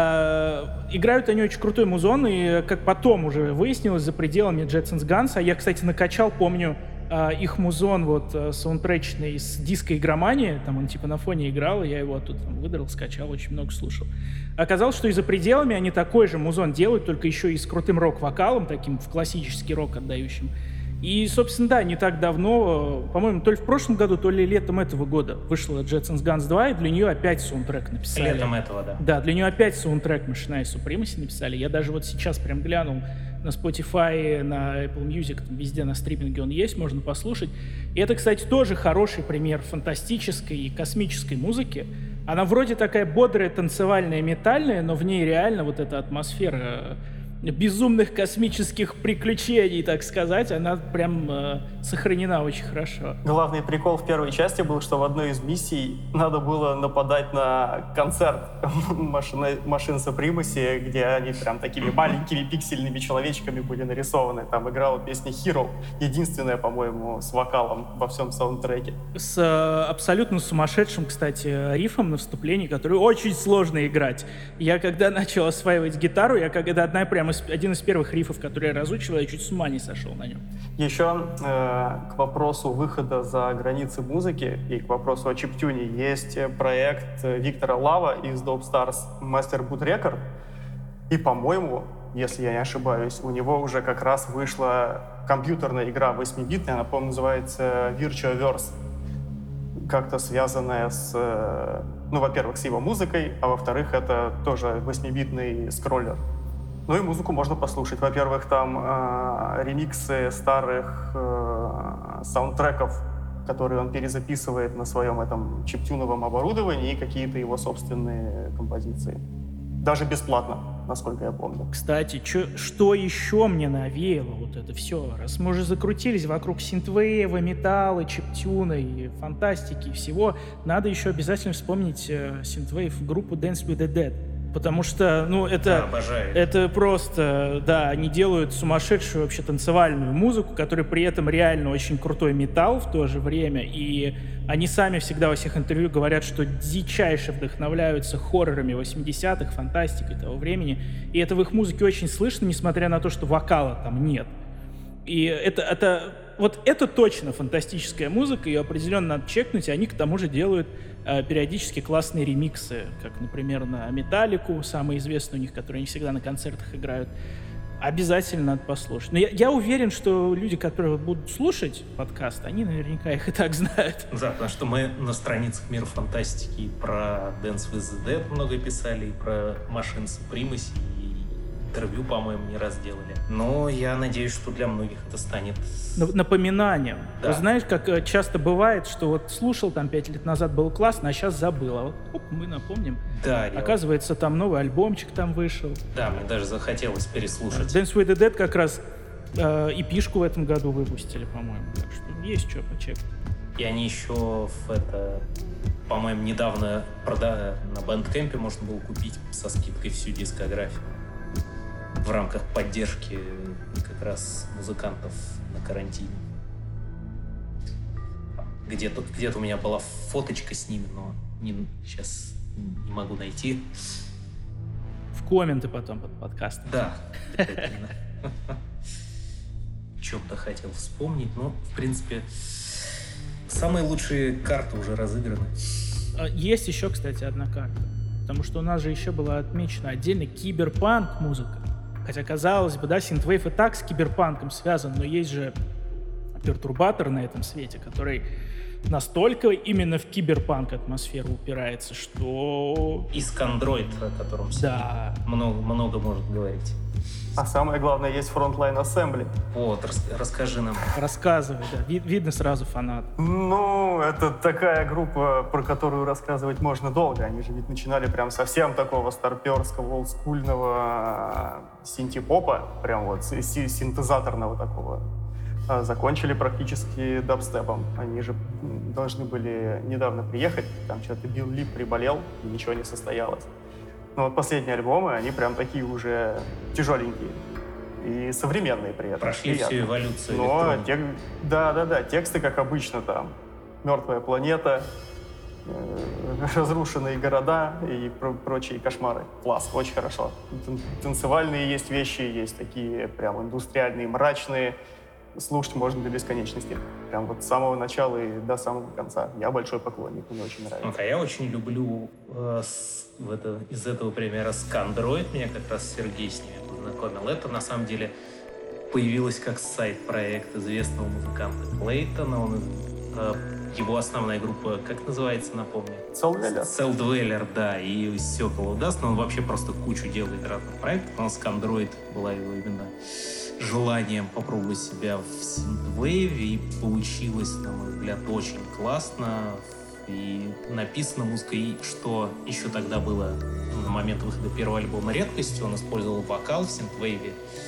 А, играют они очень крутой музон, и как потом уже выяснилось, за пределами Jetsons Guns. А я, кстати, накачал, помню, а, их музон вот саундтречный с диска игромании. Там он типа на фоне играл, и я его оттуда там выдрал, скачал, очень много слушал. Оказалось, что и за пределами они такой же музон делают, только еще и с крутым рок-вокалом, таким в классический рок отдающим. И, собственно, да, не так давно, по-моему, то ли в прошлом году, то ли летом этого года вышла Jetsons Guns два, и для нее опять саундтрек написали. Летом этого, да. Да, для нее опять саундтрек Machina и Supremacy написали. Я даже вот сейчас прям глянул на Spotify, на Apple Music, там везде на стриминге он есть, можно послушать. И это, кстати, тоже хороший пример фантастической и космической музыки. Она вроде такая бодрая, танцевальная, метальная, но в ней реально вот эта атмосфера безумных космических приключений, так сказать, она прям э, сохранена очень хорошо. Главный прикол в первой части был, что в одной из миссий надо было нападать на концерт машин, машин Supremacy, где они прям такими маленькими пиксельными человечками были нарисованы. Там играла песня Hero, единственная, по-моему, с вокалом во всем саундтреке. С э, абсолютно сумасшедшим, кстати, рифом на вступлении, который очень сложно играть. Я когда начал осваивать гитару, я когда одна прямо один из первых рифов, который я разучивал, я чуть с ума не сошел на нем. Еще э, к вопросу выхода за границы музыки и к вопросу о чиптюне есть проект Виктора Лава из Dope Stars Master Boot Record. И, по-моему, если я не ошибаюсь, у него уже как раз вышла компьютерная игра восьмибитная, она, по-моему, называется Virtuaverse, как-то связанная с, ну, во-первых, с его музыкой, а во-вторых, это тоже восьмибитный скроллер. Ну и музыку можно послушать. Во-первых, там э, ремиксы старых э, саундтреков, которые он перезаписывает на своем этом чиптюновом оборудовании, и какие-то его собственные композиции. Даже бесплатно, насколько я помню. Кстати, чё, что еще мне навеяло вот это все? Раз мы уже закрутились вокруг синтвейва, металла, чиптюна и фантастики и всего, надо еще обязательно вспомнить э, синтвейв группу Dance with the Dead. Потому что, ну, это, обожаю. это просто, да, они делают сумасшедшую вообще танцевальную музыку, которая при этом реально очень крутой металл в то же время, и они сами всегда во всех интервью говорят, что дичайше вдохновляются хоррорами восьмидесятых, фантастикой того времени, и это в их музыке очень слышно, несмотря на то, что вокала там нет. И это, это, вот это точно фантастическая музыка, ее определенно надо чекнуть, и они к тому же делают э, периодически классные ремиксы, как, например, на Металлику, самый известный у них, который они всегда на концертах играют. Обязательно надо послушать. Но я, я уверен, что люди, которые будут слушать подкаст, они наверняка их и так знают. Да, потому что мы на страницах Мира Фантастики и про Dance with the Dead много писали, и про Machina Supremacy, интервью, по-моему, не раз делали. Но я надеюсь, что для многих это станет напоминанием. Да. Вот знаешь, как часто бывает, что вот слушал там пять лет назад, было классно, а сейчас забыл. А вот оп, мы напомним. Да, я... Оказывается, там новый альбомчик там вышел. Да, мне даже захотелось переслушать. Dance with the Dead как раз э, эпишку в этом году выпустили, по-моему. Так что есть что почекать. И они еще в это... По-моему, недавно прода... на Bandcamp'е можно было купить со скидкой всю дискографию. В рамках поддержки как раз музыкантов на карантине. Где-то, где-то у меня была фоточка с ними, но не, сейчас не могу найти. В комменты потом под подкастом. Да. Чем-то хотел вспомнить, но, в принципе, самые лучшие карты уже разыграны. Есть еще, кстати, одна карта. Потому что у нас же еще была отмечена отдельно киберпанк-музыка. Хотя, казалось бы, да, синтвейв и так с киберпанком связан, но есть же пертурбатор на этом свете, который настолько именно в киберпанк атмосферу упирается, что... Искандроид, о котором да. много, много может говорить. А самое главное, есть Frontline Assembly. Вот, рас, расскажи нам. Рассказывай, да. Вид, видно сразу фанат. Ну, это такая группа, про которую рассказывать можно долго. Они же ведь начинали прям совсем такого старперского, олдскульного синти-попа, прям вот синтезаторного такого. А закончили практически дабстепом. Они же должны были недавно приехать, там что-то Билл Ли приболел, и ничего не состоялось. Но вот последние альбомы, они прям такие уже тяжеленькие. и современные при этом. Прошли приятно. всю эволюцию Но электроники. тек... да, да, да, тексты, как обычно, там «Мертвая планета», э, «Разрушенные города» и про- прочие кошмары. Класс, очень хорошо. Тан- Танцевальные есть вещи, есть такие прям индустриальные, мрачные. Слушать можно до бесконечности. Прям вот с самого начала и до самого конца. Я большой поклонник, мне очень нравится. Вот, а я очень люблю э, с- в это- из этого примера Скандроид. Меня как раз Сергей с ними познакомил. Это на самом деле появилось как сайт-проект известного музыканта Клейтона. Он, э, его основная группа, как называется, напомню? Целдвеллер. Celldweller, да, и Circle of Dust, но он вообще просто кучу делает разных проектов. Но Скандроид была его именно желанием попробовать себя в синтвейве, и получилось, на мой взгляд, очень классно. И написана музыка, и что еще тогда было на момент выхода первого альбома редкостью, он использовал вокал в синтвейве.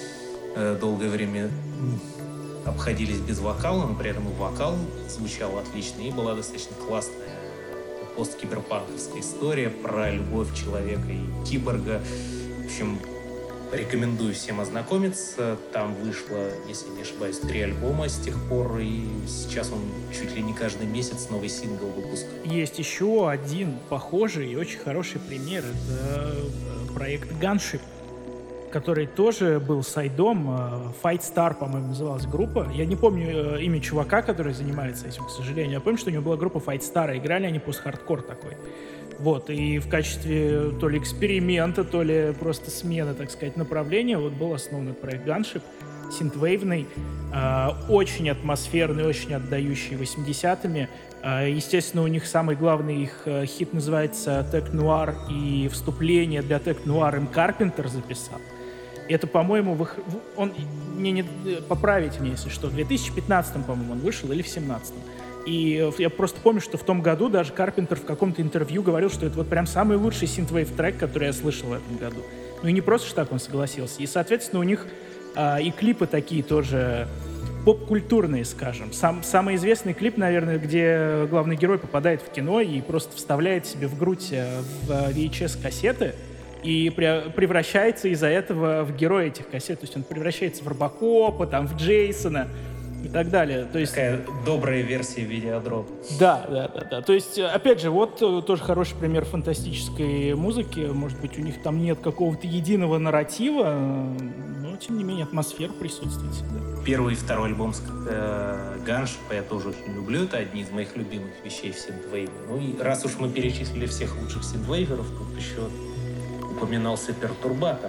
Э, Долгое время м, обходились без вокала, но при этом и вокал звучал отлично, и была достаточно классная посткиберпанковская история про любовь человека и киборга. В общем, рекомендую всем ознакомиться. Там вышло, если не ошибаюсь, три альбома с тех пор, и сейчас он чуть ли не каждый месяц новый сингл выпускает. Есть еще один похожий и очень хороший пример. Это э, проект Gunship, который тоже был сайдом. э, Fight Star, по-моему, называлась группа. Я не помню э, имя чувака, который занимается этим, к сожалению. Я помню, что у него была группа Fight Star. Играли они пост-хардкор такой. Вот, и в качестве то ли эксперимента, то ли просто смены, так сказать, направления, вот был основан этот проект Gunship, синтвейвный, э, очень атмосферный, очень отдающий восьмидесятыми. Э, естественно, у них самый главный их э, хит называется «Tech Noir», и вступление для «Tech Noir» им Карпентер записал. Это, по-моему, в их- в- он, не, не, поправите меня, если что, в две тысячи пятнадцатом, по-моему, он вышел, или в две тысячи семнадцатом. И я просто помню, что в том году даже Карпентер в каком-то интервью говорил, что это вот прям самый лучший синтвейв трек, который я слышал в этом году. Ну и не просто ж так он согласился. И, соответственно, у них а, и клипы такие тоже поп-культурные, скажем. Сам, самый известный клип, наверное, где главный герой попадает в кино и просто вставляет себе в грудь э, в ви эйч эс-кассеты и пре- превращается из-за этого в героя этих кассет. То есть он превращается в Робокопа, там, в Джейсона и так далее. То есть Такая добрая версия видеодрома. да, да, да, да. То есть, опять же, вот э, тоже хороший пример фантастической музыки. Может быть, у них там нет какого-то единого нарратива, э, но, тем не менее, атмосфера присутствует всегда. Первый и второй альбом э, Ганшипа я тоже очень люблю. Это одни из моих любимых вещей в синтвейве. Ну и раз уж мы перечислили всех лучших синтвейверов, тут еще упоминался Пертурбатор.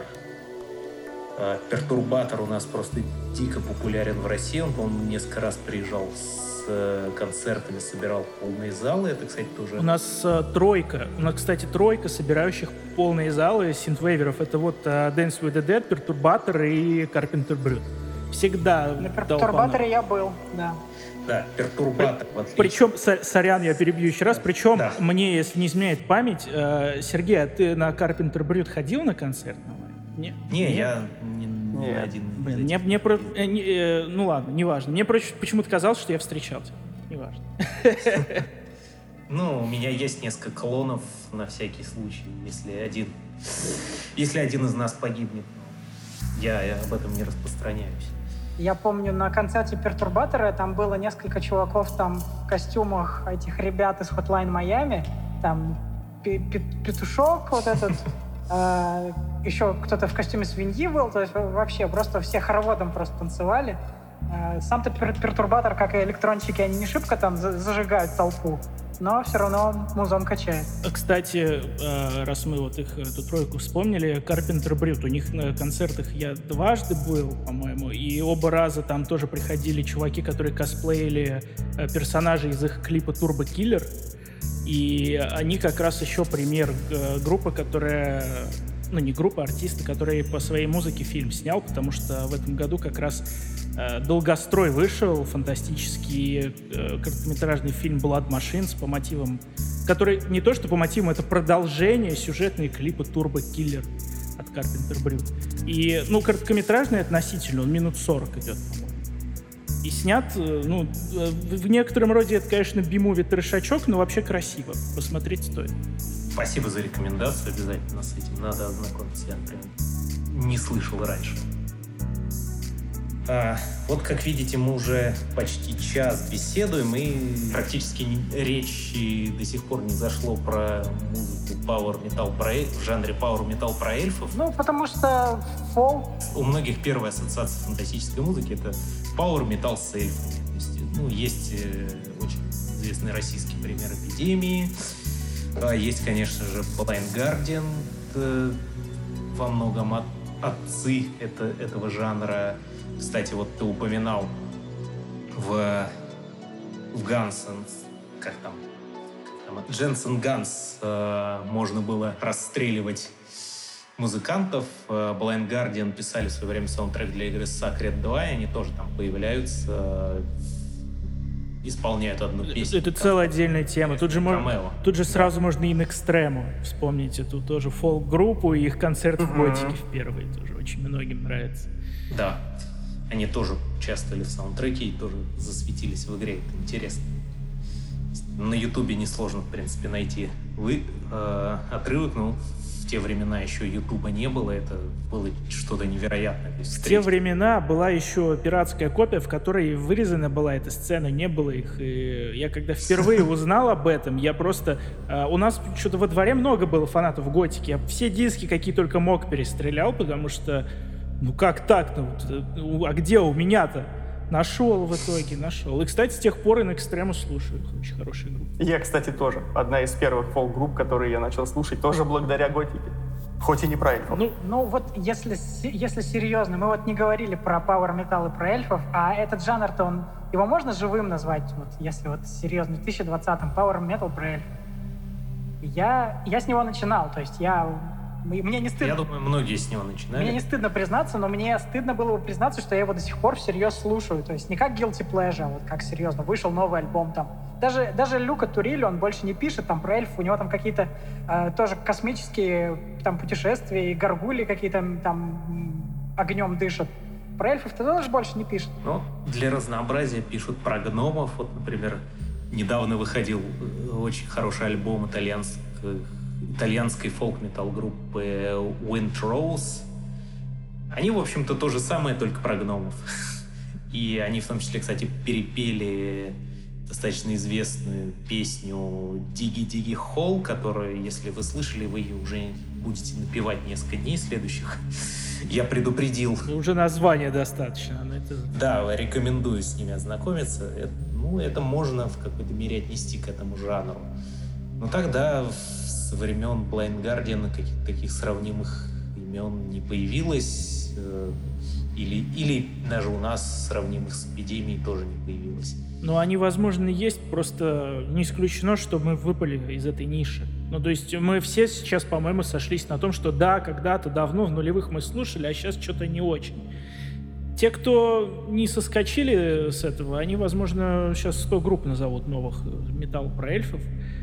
Э, Пертурбатор у нас просто дико популярен в России. Он, по-моему, несколько раз приезжал с э, концертами, собирал полные залы. Это, кстати, тоже... У нас э, тройка. У нас, кстати, тройка собирающих полные залы синтвейверов. Это вот э, Dance with the Dead, Пертурбатор и Carpenter Brut. Всегда На толпа Пертурбаторе я был, да. Да, Пертурбатор, в отличие. Причем, со- сорян, я перебью еще раз, причем Да. мне, если не изменяет память, э, Сергей, а ты на Carpenter Brut ходил на концерт? Нет? Не, Нет? я не, не Нет. один. из Блин, этих. мне, мне про- э, не- э, ну ладно, неважно. Мне проч- почему-то казалось, что я встречался. Неважно. Ну, у меня есть несколько клонов на всякий случай, если один, если один из нас погибнет. Я, я об этом не распространяюсь. Я помню, на концерте Пертурбатора там было несколько чуваков там в костюмах этих ребят из Hotline Miami. Там пе- пе- петушок вот этот, э, еще кто-то в костюме свиньи был. То есть вообще просто все хороводом просто танцевали. Э, Сам-то пер- Пертурбатор, как и электрончики, они не шибко там за- зажигают толпу, но все равно музон качает. Кстати, э, раз мы вот их, эту тройку вспомнили, Carpenter Brut, у них на концертах я дважды был, по-моему, и оба раза там тоже приходили чуваки, которые косплеили э, персонажей из их клипа Turbo Killer, и они как раз еще пример э, группы, которая, ну не группа, а артиста, который по своей музыке фильм снял, потому что в этом году как раз э, «Долгострой» вышел, фантастический э, короткометражный фильм «Blood Machines» по мотивам, который не то что по мотивам, это продолжение сюжетные клипа «Turbo Killer» от Carpenter Brut. И, ну, короткометражный относительно, он минут сорок идет, по-моему. И снят, э, ну, э, в в некотором роде это, конечно, би-муви трешачок, но вообще красиво. Посмотреть стоит. Спасибо за рекомендацию, обязательно с этим надо ознакомиться. Я, например, не слышал раньше. А, вот, как видите, мы уже почти час беседуем, и практически не, речи до сих пор не зашло про музыку Power Metal про, в жанре Power Metal про эльфов. Ну, потому что фолк... У многих первая ассоциация фантастической музыки — это Power Metal с эльфами. То есть, ну, есть э, очень известный российский пример «Эпидемии». А есть, конечно же, Blind Guardian, э, во многом от, отцы это, этого жанра. Кстати, вот ты упоминал в, в Guns, как там, Jensen Guns э, можно было расстреливать музыкантов. Э, Blind Guardian писали в свое время саундтрек для игры Sacred два, и они тоже там появляются, э, исполняют одну песню. Это целая отдельная тема. Тут же, можно, тут же сразу да. можно In Extremo вспомнить эту тоже фолк-группу и их концерт uh-huh. в Готике в первый. Тоже очень многим нравится. Да. Они тоже участвовали в саундтреке и тоже засветились в игре. Это интересно. На Ютубе несложно, в принципе, найти вы, э, отрывок, но в те времена еще Ютуба не было, это было что-то невероятное. В встретить. те времена была еще пиратская копия, в которой вырезана была эта сцена, не было их. И я когда впервые узнал об этом, я просто... Э, у нас что-то во дворе много было фанатов Готики. Я все диски, какие только мог, перестрелял, потому что ну как так-то? А где у меня-то? Нашел в итоге, нашел. И, кстати, с тех пор In Extremo слушаю. Очень хорошая группа. Я, кстати, тоже. Одна из первых фолк-групп, которые я начал слушать, тоже благодаря Готике. Хоть и не про эльфов. Ну, ну вот если, если серьезно, мы вот не говорили про Power Metal и про эльфов, а этот жанр-то, он, его можно живым назвать, вот, если вот серьезно, в две тысячи двадцатом Power Metal про эльфов. Я, я с него начинал, то есть я... Мне не стыдно. Я думаю, многие с него начинали. Мне не стыдно признаться, но мне стыдно было бы признаться, что я его до сих пор всерьез слушаю. То есть не как guilty pleasure, а вот как серьезно. Вышел новый альбом там. Даже, даже Люка Турили, он больше не пишет там про эльфов. У него там какие-то э, тоже космические там путешествия и горгули какие-то там огнем дышат. Про эльфов-то тоже больше не пишет. Ну, для разнообразия пишут про гномов. Вот, например, недавно выходил очень хороший альбом итальянских итальянской фолк-метал группы Windrose. Они, в общем-то, то же самое, только про гномов. И они, в том числе, кстати, перепели достаточно известную песню «Диги-диги Холл», которую, если вы слышали, вы ее уже будете напевать несколько дней следующих. Я предупредил. Уже название достаточно. Но это... Да, рекомендую с ними ознакомиться. Это, ну, это можно в какой-то мере отнести к этому жанру. Но тогда... Со времен Blind Guardian каких-то таких сравнимых имен не появилось, э, или, или даже у нас сравнимых с Эпидемией тоже не появилось. Ну, они, возможно, есть, просто не исключено, что мы выпали из этой ниши. Ну, то есть мы все сейчас, по-моему, сошлись на том, что да, когда-то давно в нулевых мы слушали, а сейчас что-то не очень. Те, кто не соскочили с этого, они, возможно, сейчас сто групп назовут новых металл про эльфов.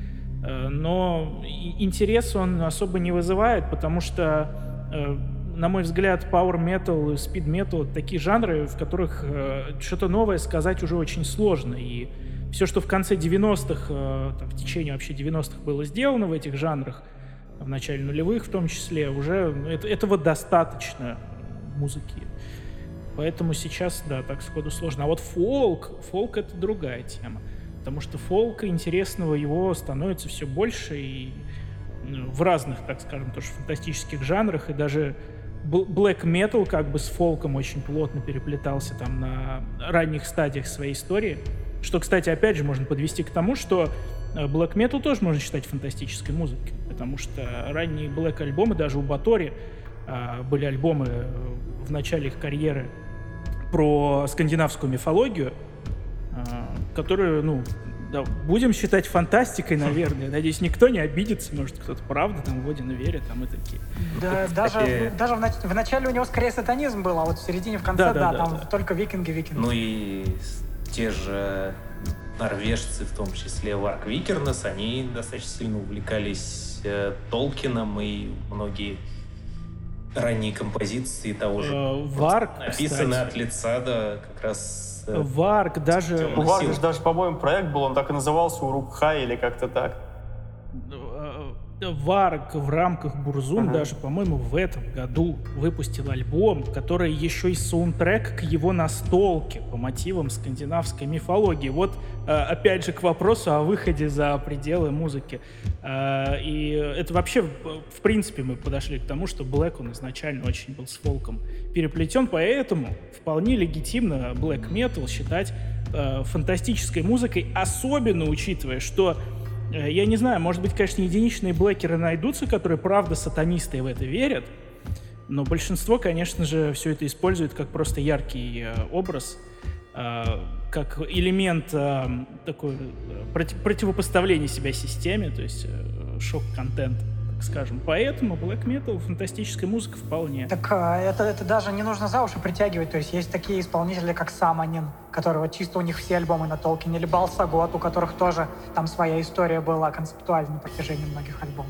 Но интерес он особо не вызывает, потому что, на мой взгляд, Power Metal и Speed Metal — такие жанры, в которых что-то новое сказать уже очень сложно. И все, что в конце девяностых, там, в течение вообще девяностых было сделано в этих жанрах, в начале нулевых в том числе, уже это, этого достаточно музыки. Поэтому сейчас, да, так сходу сложно. А вот фолк, фолк — это другая тема. Потому что фолка интересного его становится все больше, и ну, в разных, так скажем, тоже фантастических жанрах, и даже black metal как бы с фолком очень плотно переплетался там на ранних стадиях своей истории. Что, кстати, опять же можно подвести к тому, что black metal тоже можно считать фантастической музыкой, потому что ранние black альбомы, даже у Батори а, были альбомы в начале их карьеры про скандинавскую мифологию, которую, ну, да, будем считать фантастикой, наверное. Надеюсь, никто не обидится, может, кто-то правда там в Одина верит, там и такие. Да, даже, такие... даже в, нач... в начале у него скорее сатанизм был, а вот в середине, в конце, да, да, да, да там да. только викинги, викинги. Ну и те же норвежцы, в том числе Варк Викернес, они достаточно сильно увлекались э, Толкином, и многие ранние композиции того же Варк, написаны кстати. От лица, да, как раз. Варк даже... У Варка же даже, по-моему, проект был, он так и назывался, Урукхай или как-то так. Варг в рамках Бурзум Ага. даже, по-моему, в этом году выпустил альбом, который еще и саундтрек к его настолке по мотивам скандинавской мифологии. Вот, э, опять же, к вопросу о выходе за пределы музыки. Э, И это вообще, в принципе, мы подошли к тому, что Блэк, он изначально очень был с фолком переплетен, поэтому вполне легитимно Black Metal считать э, фантастической музыкой, особенно учитывая, что я не знаю, может быть, конечно, единичные блэкеры найдутся, которые правда сатанисты и в это верят, но большинство, конечно же, все это использует как просто яркий э, образ, э, как элемент э, такой э, проти- противопоставления себя системе, то есть э, шок-контент, так скажем. Поэтому Black Metal, фантастическая музыка вполне. Так э, это, это даже не нужно за уши притягивать. То есть есть такие исполнители, как Самонин, которые вот чисто у них все альбомы на Толкине, или Балсагот, у которых тоже там своя история была концептуальна на протяжении многих альбомов.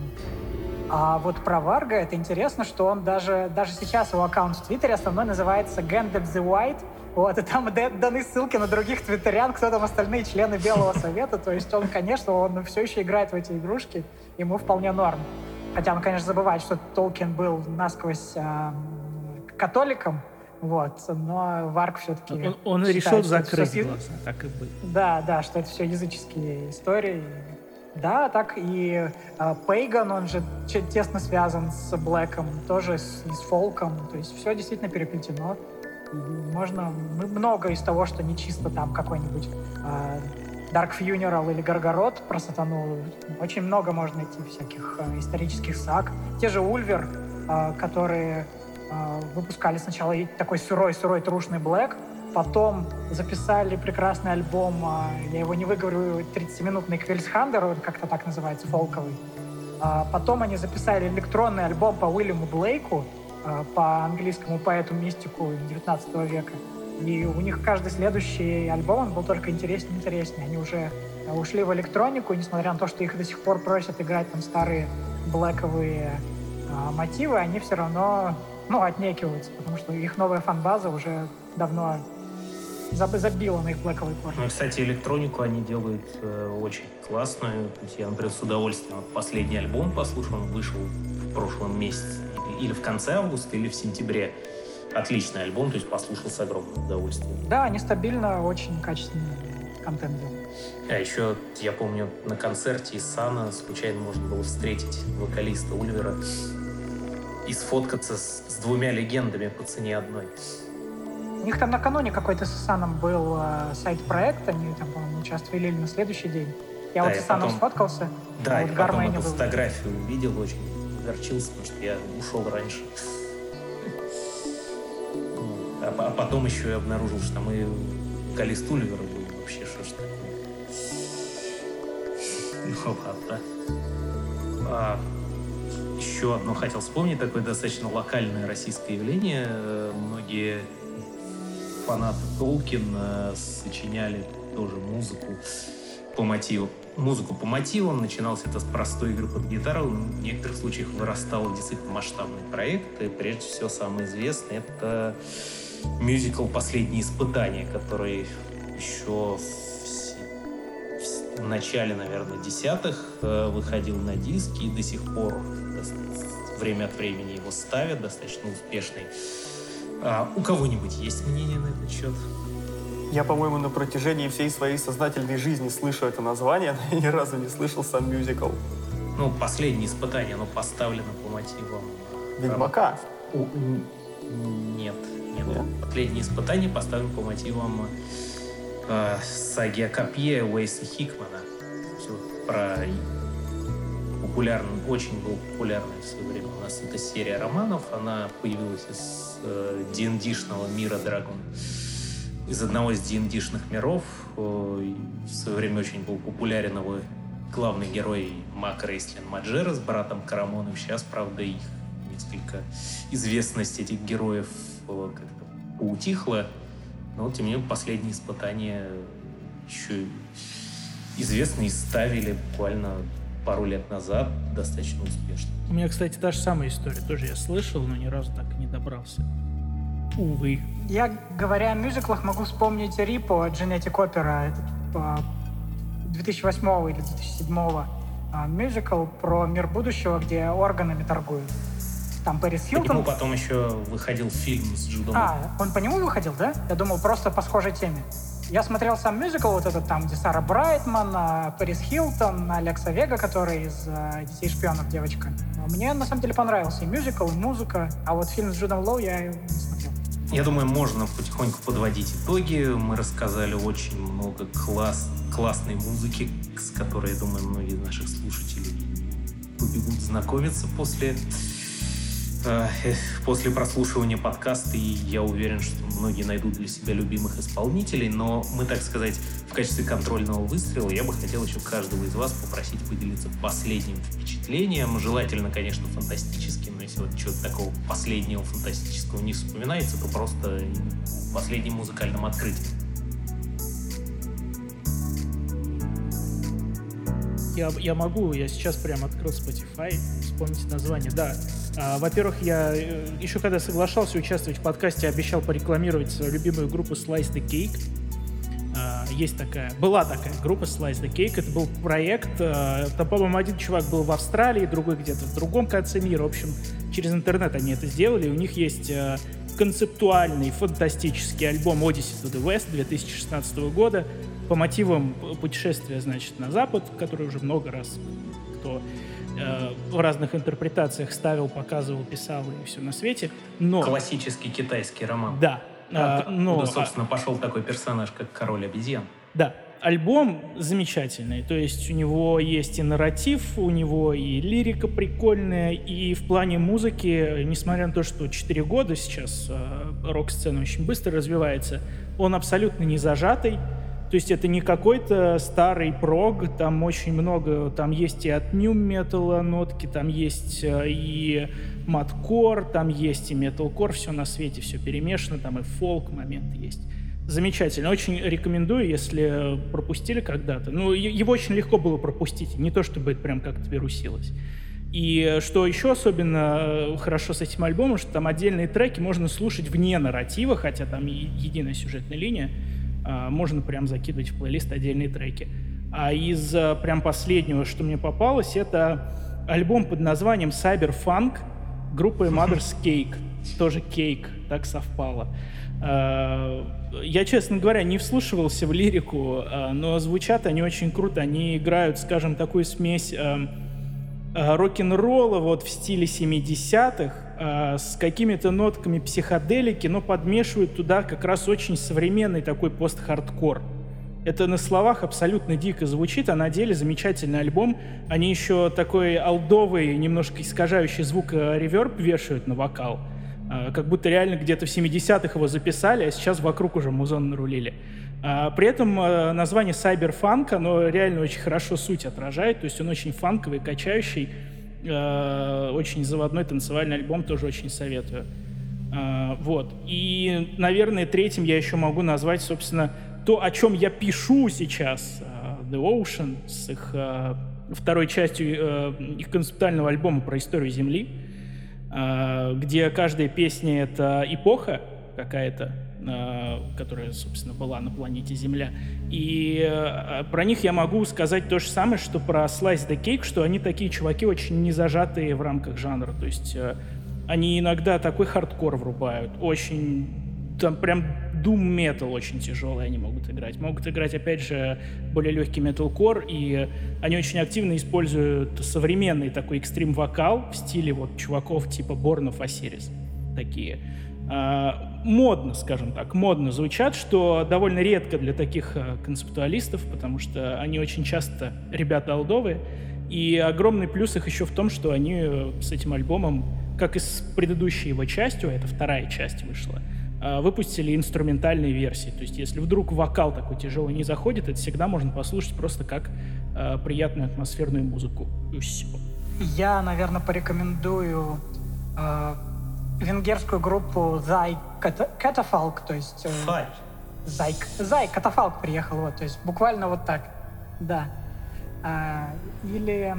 А вот про Варга это интересно, что он даже, даже сейчас его аккаунт в Твиттере основной называется Gandalf the White. Вот, и там д- даны ссылки на других твиттерян, кто там остальные члены Белого Совета. То есть он, конечно, он все еще играет в эти игрушки, ему вполне норм. Хотя он, конечно, забывает, что Толкин был насквозь э, католиком, вот, но Варг все-таки Он, он считает, решил что это закрыть всё- глаза, так и быть. Да, да, что это все языческие истории. Да, так и э, Пейган, он же че- тесно связан с Блэком, тоже с, и с фолком, то есть все действительно переплетено. И можно м- много из того, что не чисто там какой-нибудь э, Dark Funeral или Горгород про сатану, очень много можно найти всяких э, исторических саг. Те же Ульвер, э, которые э, выпускали сначала и такой сырой-сырой трушный Блэк, потом записали прекрасный альбом, э, я его не выговорю, тридцатиминутный Квельсхандер, он как-то так называется, фолковый. А потом они записали электронный альбом по Уильяму Блейку, э, по английскому поэту-мистику девятнадцатого века. И у них каждый следующий альбом, он был только интереснее и интереснее. Они уже э, ушли в электронику, и несмотря на то, что их до сих пор просят играть там старые блэковые э, мотивы, они все равно, ну, отнекиваются, потому что их новая фан-база уже давно заб- забила на их блэковый корни. Ну, кстати, электронику они делают э, очень классную. То есть я, например, с удовольствием вот последний альбом послушал, он вышел в прошлом месяце, или в конце августа, или в сентябре. Отличный альбом, то есть послушал с огромным удовольствием. Да, они стабильно очень качественный контент делают. А еще, я помню, на концерте из Сана случайно можно было встретить вокалиста Ульвера и сфоткаться с, с двумя легендами по цене одной. У них там накануне какой-то с Исаном был э, сайт-проект, они там, по-моему, участвовали или на следующий день. Я Да, вот и с Исаном потом- сфоткался, Да, а и вот потом Гармэни эту был. фотографию увидел, очень огорчился, потому что я ушел раньше. А, а потом еще я обнаружил, что там и вокалист Ульвера был. Вообще, что ж такое. Ну ладно. А, еще одно хотел вспомнить, такое достаточно локальное российское явление. Э, Многие фанаты Толкина сочиняли тоже музыку по мотивам. Музыку по мотивам. Начиналось это с простой игры под гитару. В некоторых случаях вырастал действительно масштабный проект. И прежде всего самый известный — это мюзикл «Последние испытания», который еще в, с- в начале, наверное, десятых э, выходил на диски и до сих пор дос- время от времени его ставят, достаточно успешный. А у кого-нибудь есть мнение на этот счет? Я, по-моему, на протяжении всей своей сознательной жизни слышу это название, но я ни разу не слышал сам мюзикл. Ну, «Последние испытания», оно поставлено по мотивам... э, Ведьмака. У- у- Нет, нет. Нет? «Последние испытания» поставлены по мотивам э, саги о копье Уэйса Хикмана. Всё про популярный, очень был популярный в свое время у нас эта серия романов. Она появилась из э, ди энд ди-шного мира Dragon, из одного из ди энд ди-шных миров. Э, и в свое время очень был популярен его главный герой Мак Рейслин Маджера с братом Карамоном. Сейчас, правда, их несколько известность этих героев э, как-то поутихла. Но, тем не менее, «Последние испытания» еще известные ставили буквально пару лет назад достаточно успешно. У меня, кстати, та же самая история. Тоже я слышал, но ни разу так и не добрался. Увы. Я, говоря о мюзиклах, могу вспомнить Рипо, Genetic Opera, этот, а, две тысячи восьмого или две тысячи седьмого э, мюзикл про мир будущего, где органами торгуют. Там Пэрис По Хилтон. нему потом еще выходил фильм с Джудом. А, он по нему выходил, да? Я думал, просто по схожей теме. Я смотрел сам мюзикл, вот этот там, где Сара Брайтман, Пэрис Хилтон, Алекса Вега, которая из э, «Детей шпионов» девочка. Мне на самом деле понравился и мюзикл, и музыка, а вот фильм с Джудом Лоу я не смотрел. Я думаю, можно потихоньку подводить итоги. Мы рассказали очень много класс, классной музыки, с которой, я думаю, многие из наших слушателей побегут знакомиться после, э, после прослушивания подкаста. И я уверен, что многие найдут для себя любимых исполнителей. Но мы, так сказать, в качестве контрольного выстрела я бы хотел еще каждого из вас попросить поделиться последним впечатлением. Желательно, конечно, фантастическим. Но если вот чего-то такого последнего фантастического не вспоминается, то просто последним музыкальным открытием. Я, я могу, я сейчас прям открыл Spotify, вспомните название. Да, а, во-первых, я э, еще когда соглашался участвовать в подкасте, обещал порекламировать свою любимую группу Slice the Cake. А, есть такая, была такая группа Slice the Cake, это был проект, а, там, по-моему, один чувак был в Австралии, другой где-то в другом конце мира, в общем, через интернет они это сделали, у них есть а, концептуальный, фантастический альбом Odyssey to the West две тысячи шестнадцатого года, по мотивам путешествия, значит, на Запад, который уже много раз кто э, в разных интерпретациях ставил, показывал, писал и все на свете. Но... Классический китайский роман. Да. А, а, но... Куда, собственно, пошел такой персонаж, как король обезьян. Да. Альбом замечательный, то есть у него есть и нарратив, у него и лирика прикольная, и в плане музыки, несмотря на то, что четыре года сейчас э, рок-сцена очень быстро развивается, он абсолютно не зажатый. То есть это не какой-то старый прог, там очень много, там есть и от нью-металла нотки, там есть и маткор, там есть и металкор, все на свете, все перемешано, там и фолк момент есть. Замечательно, очень рекомендую, если пропустили когда-то. Ну, его очень легко было пропустить, не то чтобы это прям как-то вирусилось. И что еще особенно хорошо с этим альбомом, что там отдельные треки можно слушать вне нарратива, хотя там единая сюжетная линия. Можно прям закидывать в плейлист отдельные треки. А из прям последнего, что мне попалось, это альбом под названием Cyberfunk группы Mother's Cake. Тоже Cake, так совпало. Я, честно говоря, не вслушивался в лирику, но звучат они очень круто. Они играют, скажем, такую смесь рок-н-ролла вот в стиле семидесятых с какими-то нотками психоделики, но подмешивают туда как раз очень современный такой пост-хардкор. Это на словах абсолютно дико звучит, а на деле замечательный альбом. Они еще такой олдовый, немножко искажающий звук реверб вешают на вокал. Как будто реально где-то в семидесятых его записали, а сейчас вокруг уже музон нарулили. При этом название Cyberfunk, оно реально очень хорошо суть отражает, то есть он очень фанковый, качающий, очень заводной танцевальный альбом, тоже очень советую. Вот. И, наверное, третьим я еще могу назвать, собственно, то, о чем я пишу сейчас, The Ocean, с их второй частью их концептуального альбома про историю Земли, где каждая песня — это эпоха какая-то, которая, собственно, была на планете Земля. И про них я могу сказать то же самое, что про Slice the Cake, что они такие чуваки очень не зажатые в рамках жанра. То есть они иногда такой хардкор врубают, очень там прям doom metal очень тяжелый они могут играть. Могут играть, опять же, более легкий metalcore, и они очень активно используют современный такой экстрим-вокал в стиле вот чуваков типа Born of Osiris. Такие. А, модно, скажем так, модно звучат, что довольно редко для таких а, концептуалистов, потому что они очень часто ребята олдовые, и огромный плюс их еще в том, что они с этим альбомом, как и с предыдущей его частью, это вторая часть вышла, выпустили инструментальные версии. То есть если вдруг вокал такой тяжелый не заходит, это всегда можно послушать просто как э, приятную атмосферную музыку. И все. Я, наверное, порекомендую э, венгерскую группу Zai Catafalque, то есть... Э, Zai, Zai Catafalque приехал, вот, то есть буквально вот так, да. А, или...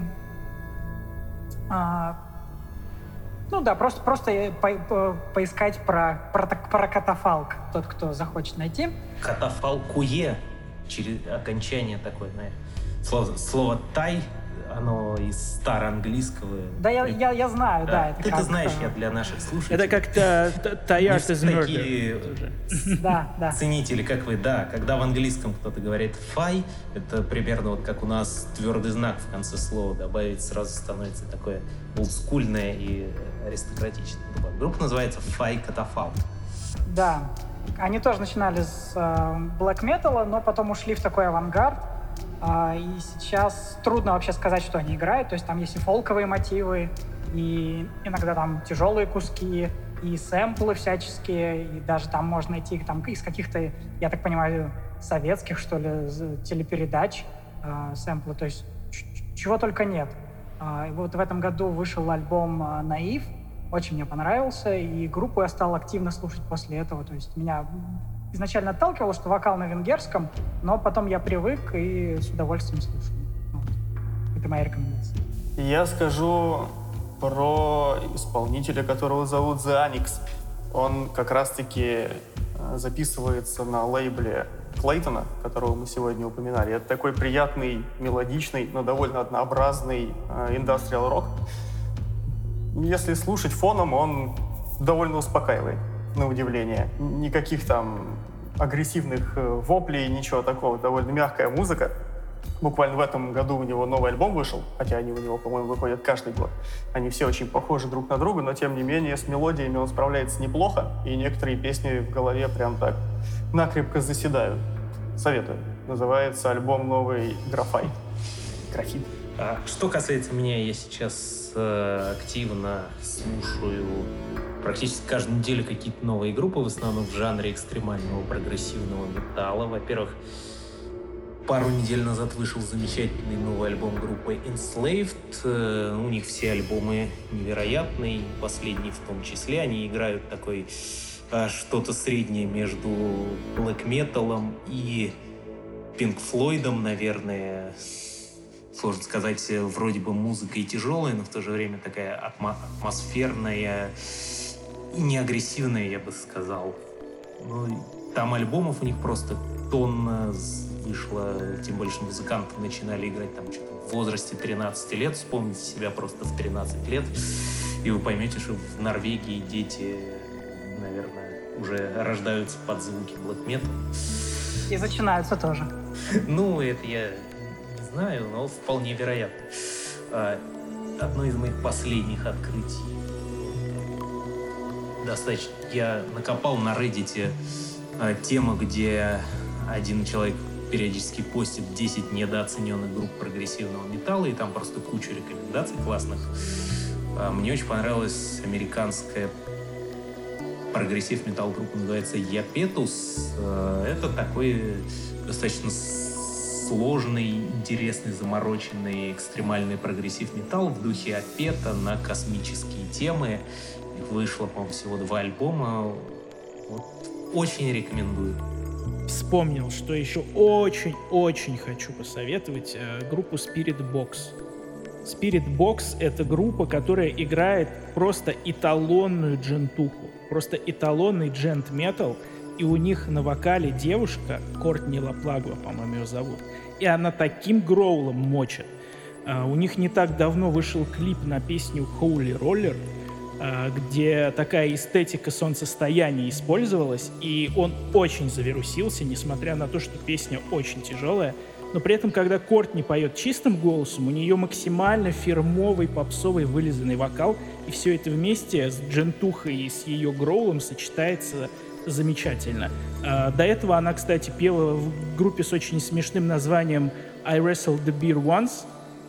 А, Ну да, просто, просто по, по, поискать про, про, про катафалк, тот, кто захочет найти. Катафалкуе, через окончание такое, знаешь. Слово, слово тай оно из староанглийского. Да, я, я, я знаю, да. да это Ты-то как, знаешь, э, я для наших слушателей. Это как-то Tired as Murder. Такие Да, да. ценители, как вы, да. Когда в английском кто-то говорит «фай», это примерно вот как у нас твердый знак в конце слова добавить, сразу становится такое олдскульное и аристократичное. Группа называется «Фай Катафалк». Да. Они тоже начинали с э, блэк металла, но потом ушли в такой авангард. Э, и сейчас трудно вообще сказать, что они играют. То есть там есть и фолковые мотивы, и иногда там тяжелые куски, и сэмплы всяческие, и даже там можно найти там, из каких-то, я так понимаю, советских, что ли, телепередач э, сэмплы. То есть чего только нет. Э, и вот в этом году вышел альбом э, «Наив». Очень мне понравился, и группу я стал активно слушать после этого. То есть меня изначально отталкивало, что вокал на венгерском, но потом я привык и с удовольствием слушаю. Вот. Это моя рекомендация. Я скажу про исполнителя, которого зовут The Anix. Он как раз-таки записывается на лейбле Клейтона, которого мы сегодня упоминали. Это такой приятный, мелодичный, но довольно однообразный индастриал-рок. Если слушать фоном, он довольно успокаивает, на удивление. Никаких там агрессивных воплей, ничего такого. Довольно мягкая музыка. Буквально в этом году у него новый альбом вышел, хотя они у него, по-моему, выходят каждый год. Они все очень похожи друг на друга, но тем не менее с мелодиями он справляется неплохо, и некоторые песни в голове прям так накрепко заседают. Советую. Называется альбом новый «Графайт». Графит. А что касается меня, я сейчас э, активно слушаю практически каждую неделю какие-то новые группы, в основном в жанре экстремального прогрессивного металла. Во-первых, пару недель назад вышел замечательный новый альбом группы Enslaved. Э, у них все альбомы невероятные, последний в том числе. Они играют такой э, что-то среднее между блэк металом и Pink Floyd'ом, наверное. Сложно сказать, вроде бы музыка и тяжелая, но в то же время такая атмо- атмосферная и не агрессивная, я бы сказал. Ну, там альбомов у них просто тонна вышло, тем больше музыканты начинали играть там что-то в возрасте тринадцати лет. Вспомните себя просто в тринадцать лет, и вы поймете, что в Норвегии дети, наверное, уже рождаются под звуки блэк-металла. И начинаются тоже. Ну, это я... знаю, но вполне вероятно. Одно из моих последних открытий. Достаточно. Я накопал на Reddit тему, где один человек периодически постит десять недооцененных групп прогрессивного металла, и там просто куча рекомендаций классных. Мне очень понравилась американская прогрессив металл группа, называется Япетус. Это такой достаточно сложный, интересный, замороченный, экстремальный прогрессив-металл в духе Апета на космические темы. Их вышло, по-моему, всего два альбома. Вот. Очень рекомендую. Вспомнил, что еще очень-очень хочу посоветовать э, группу Spirit Box. Spirit Box — это группа, которая играет просто эталонную джентуху, просто эталонный джент-метал. И у них на вокале девушка, Кортни Лаплагуа, по-моему, ее зовут. И она таким гроулом мочит. Uh, у них не так давно вышел клип на песню Holy Roller, uh, где такая эстетика солнцестояния использовалась, и он очень завирусился, несмотря на то, что песня очень тяжелая. Но при этом, когда Кортни поет чистым голосом, у нее максимально фирмовый, попсовый, вылизанный вокал, и все это вместе с джентухой и с ее гроулом сочетается замечательно. До этого она, кстати, пела в группе с очень смешным названием I Wrestled the Beer Once,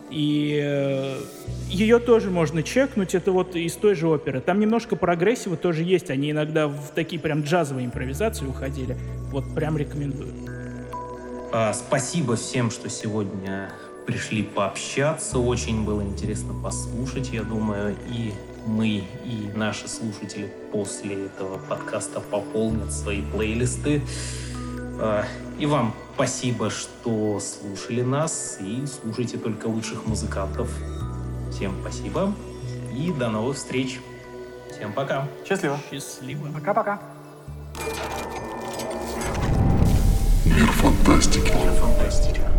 и ее тоже можно чекнуть, это вот из той же оперы. Там немножко прогрессива тоже есть, они иногда в такие прям джазовые импровизации уходили. Вот прям рекомендую. А, спасибо всем, что сегодня пришли пообщаться. Очень было интересно послушать, я думаю, и мы, и наши слушатели после этого подкаста пополнят свои плейлисты. И вам спасибо, что слушали нас, и слушайте только лучших музыкантов. Всем спасибо, и до новых встреч. Всем пока. Счастливо. Счастливо. Пока-пока. Мир фантастики. Мир фантастики.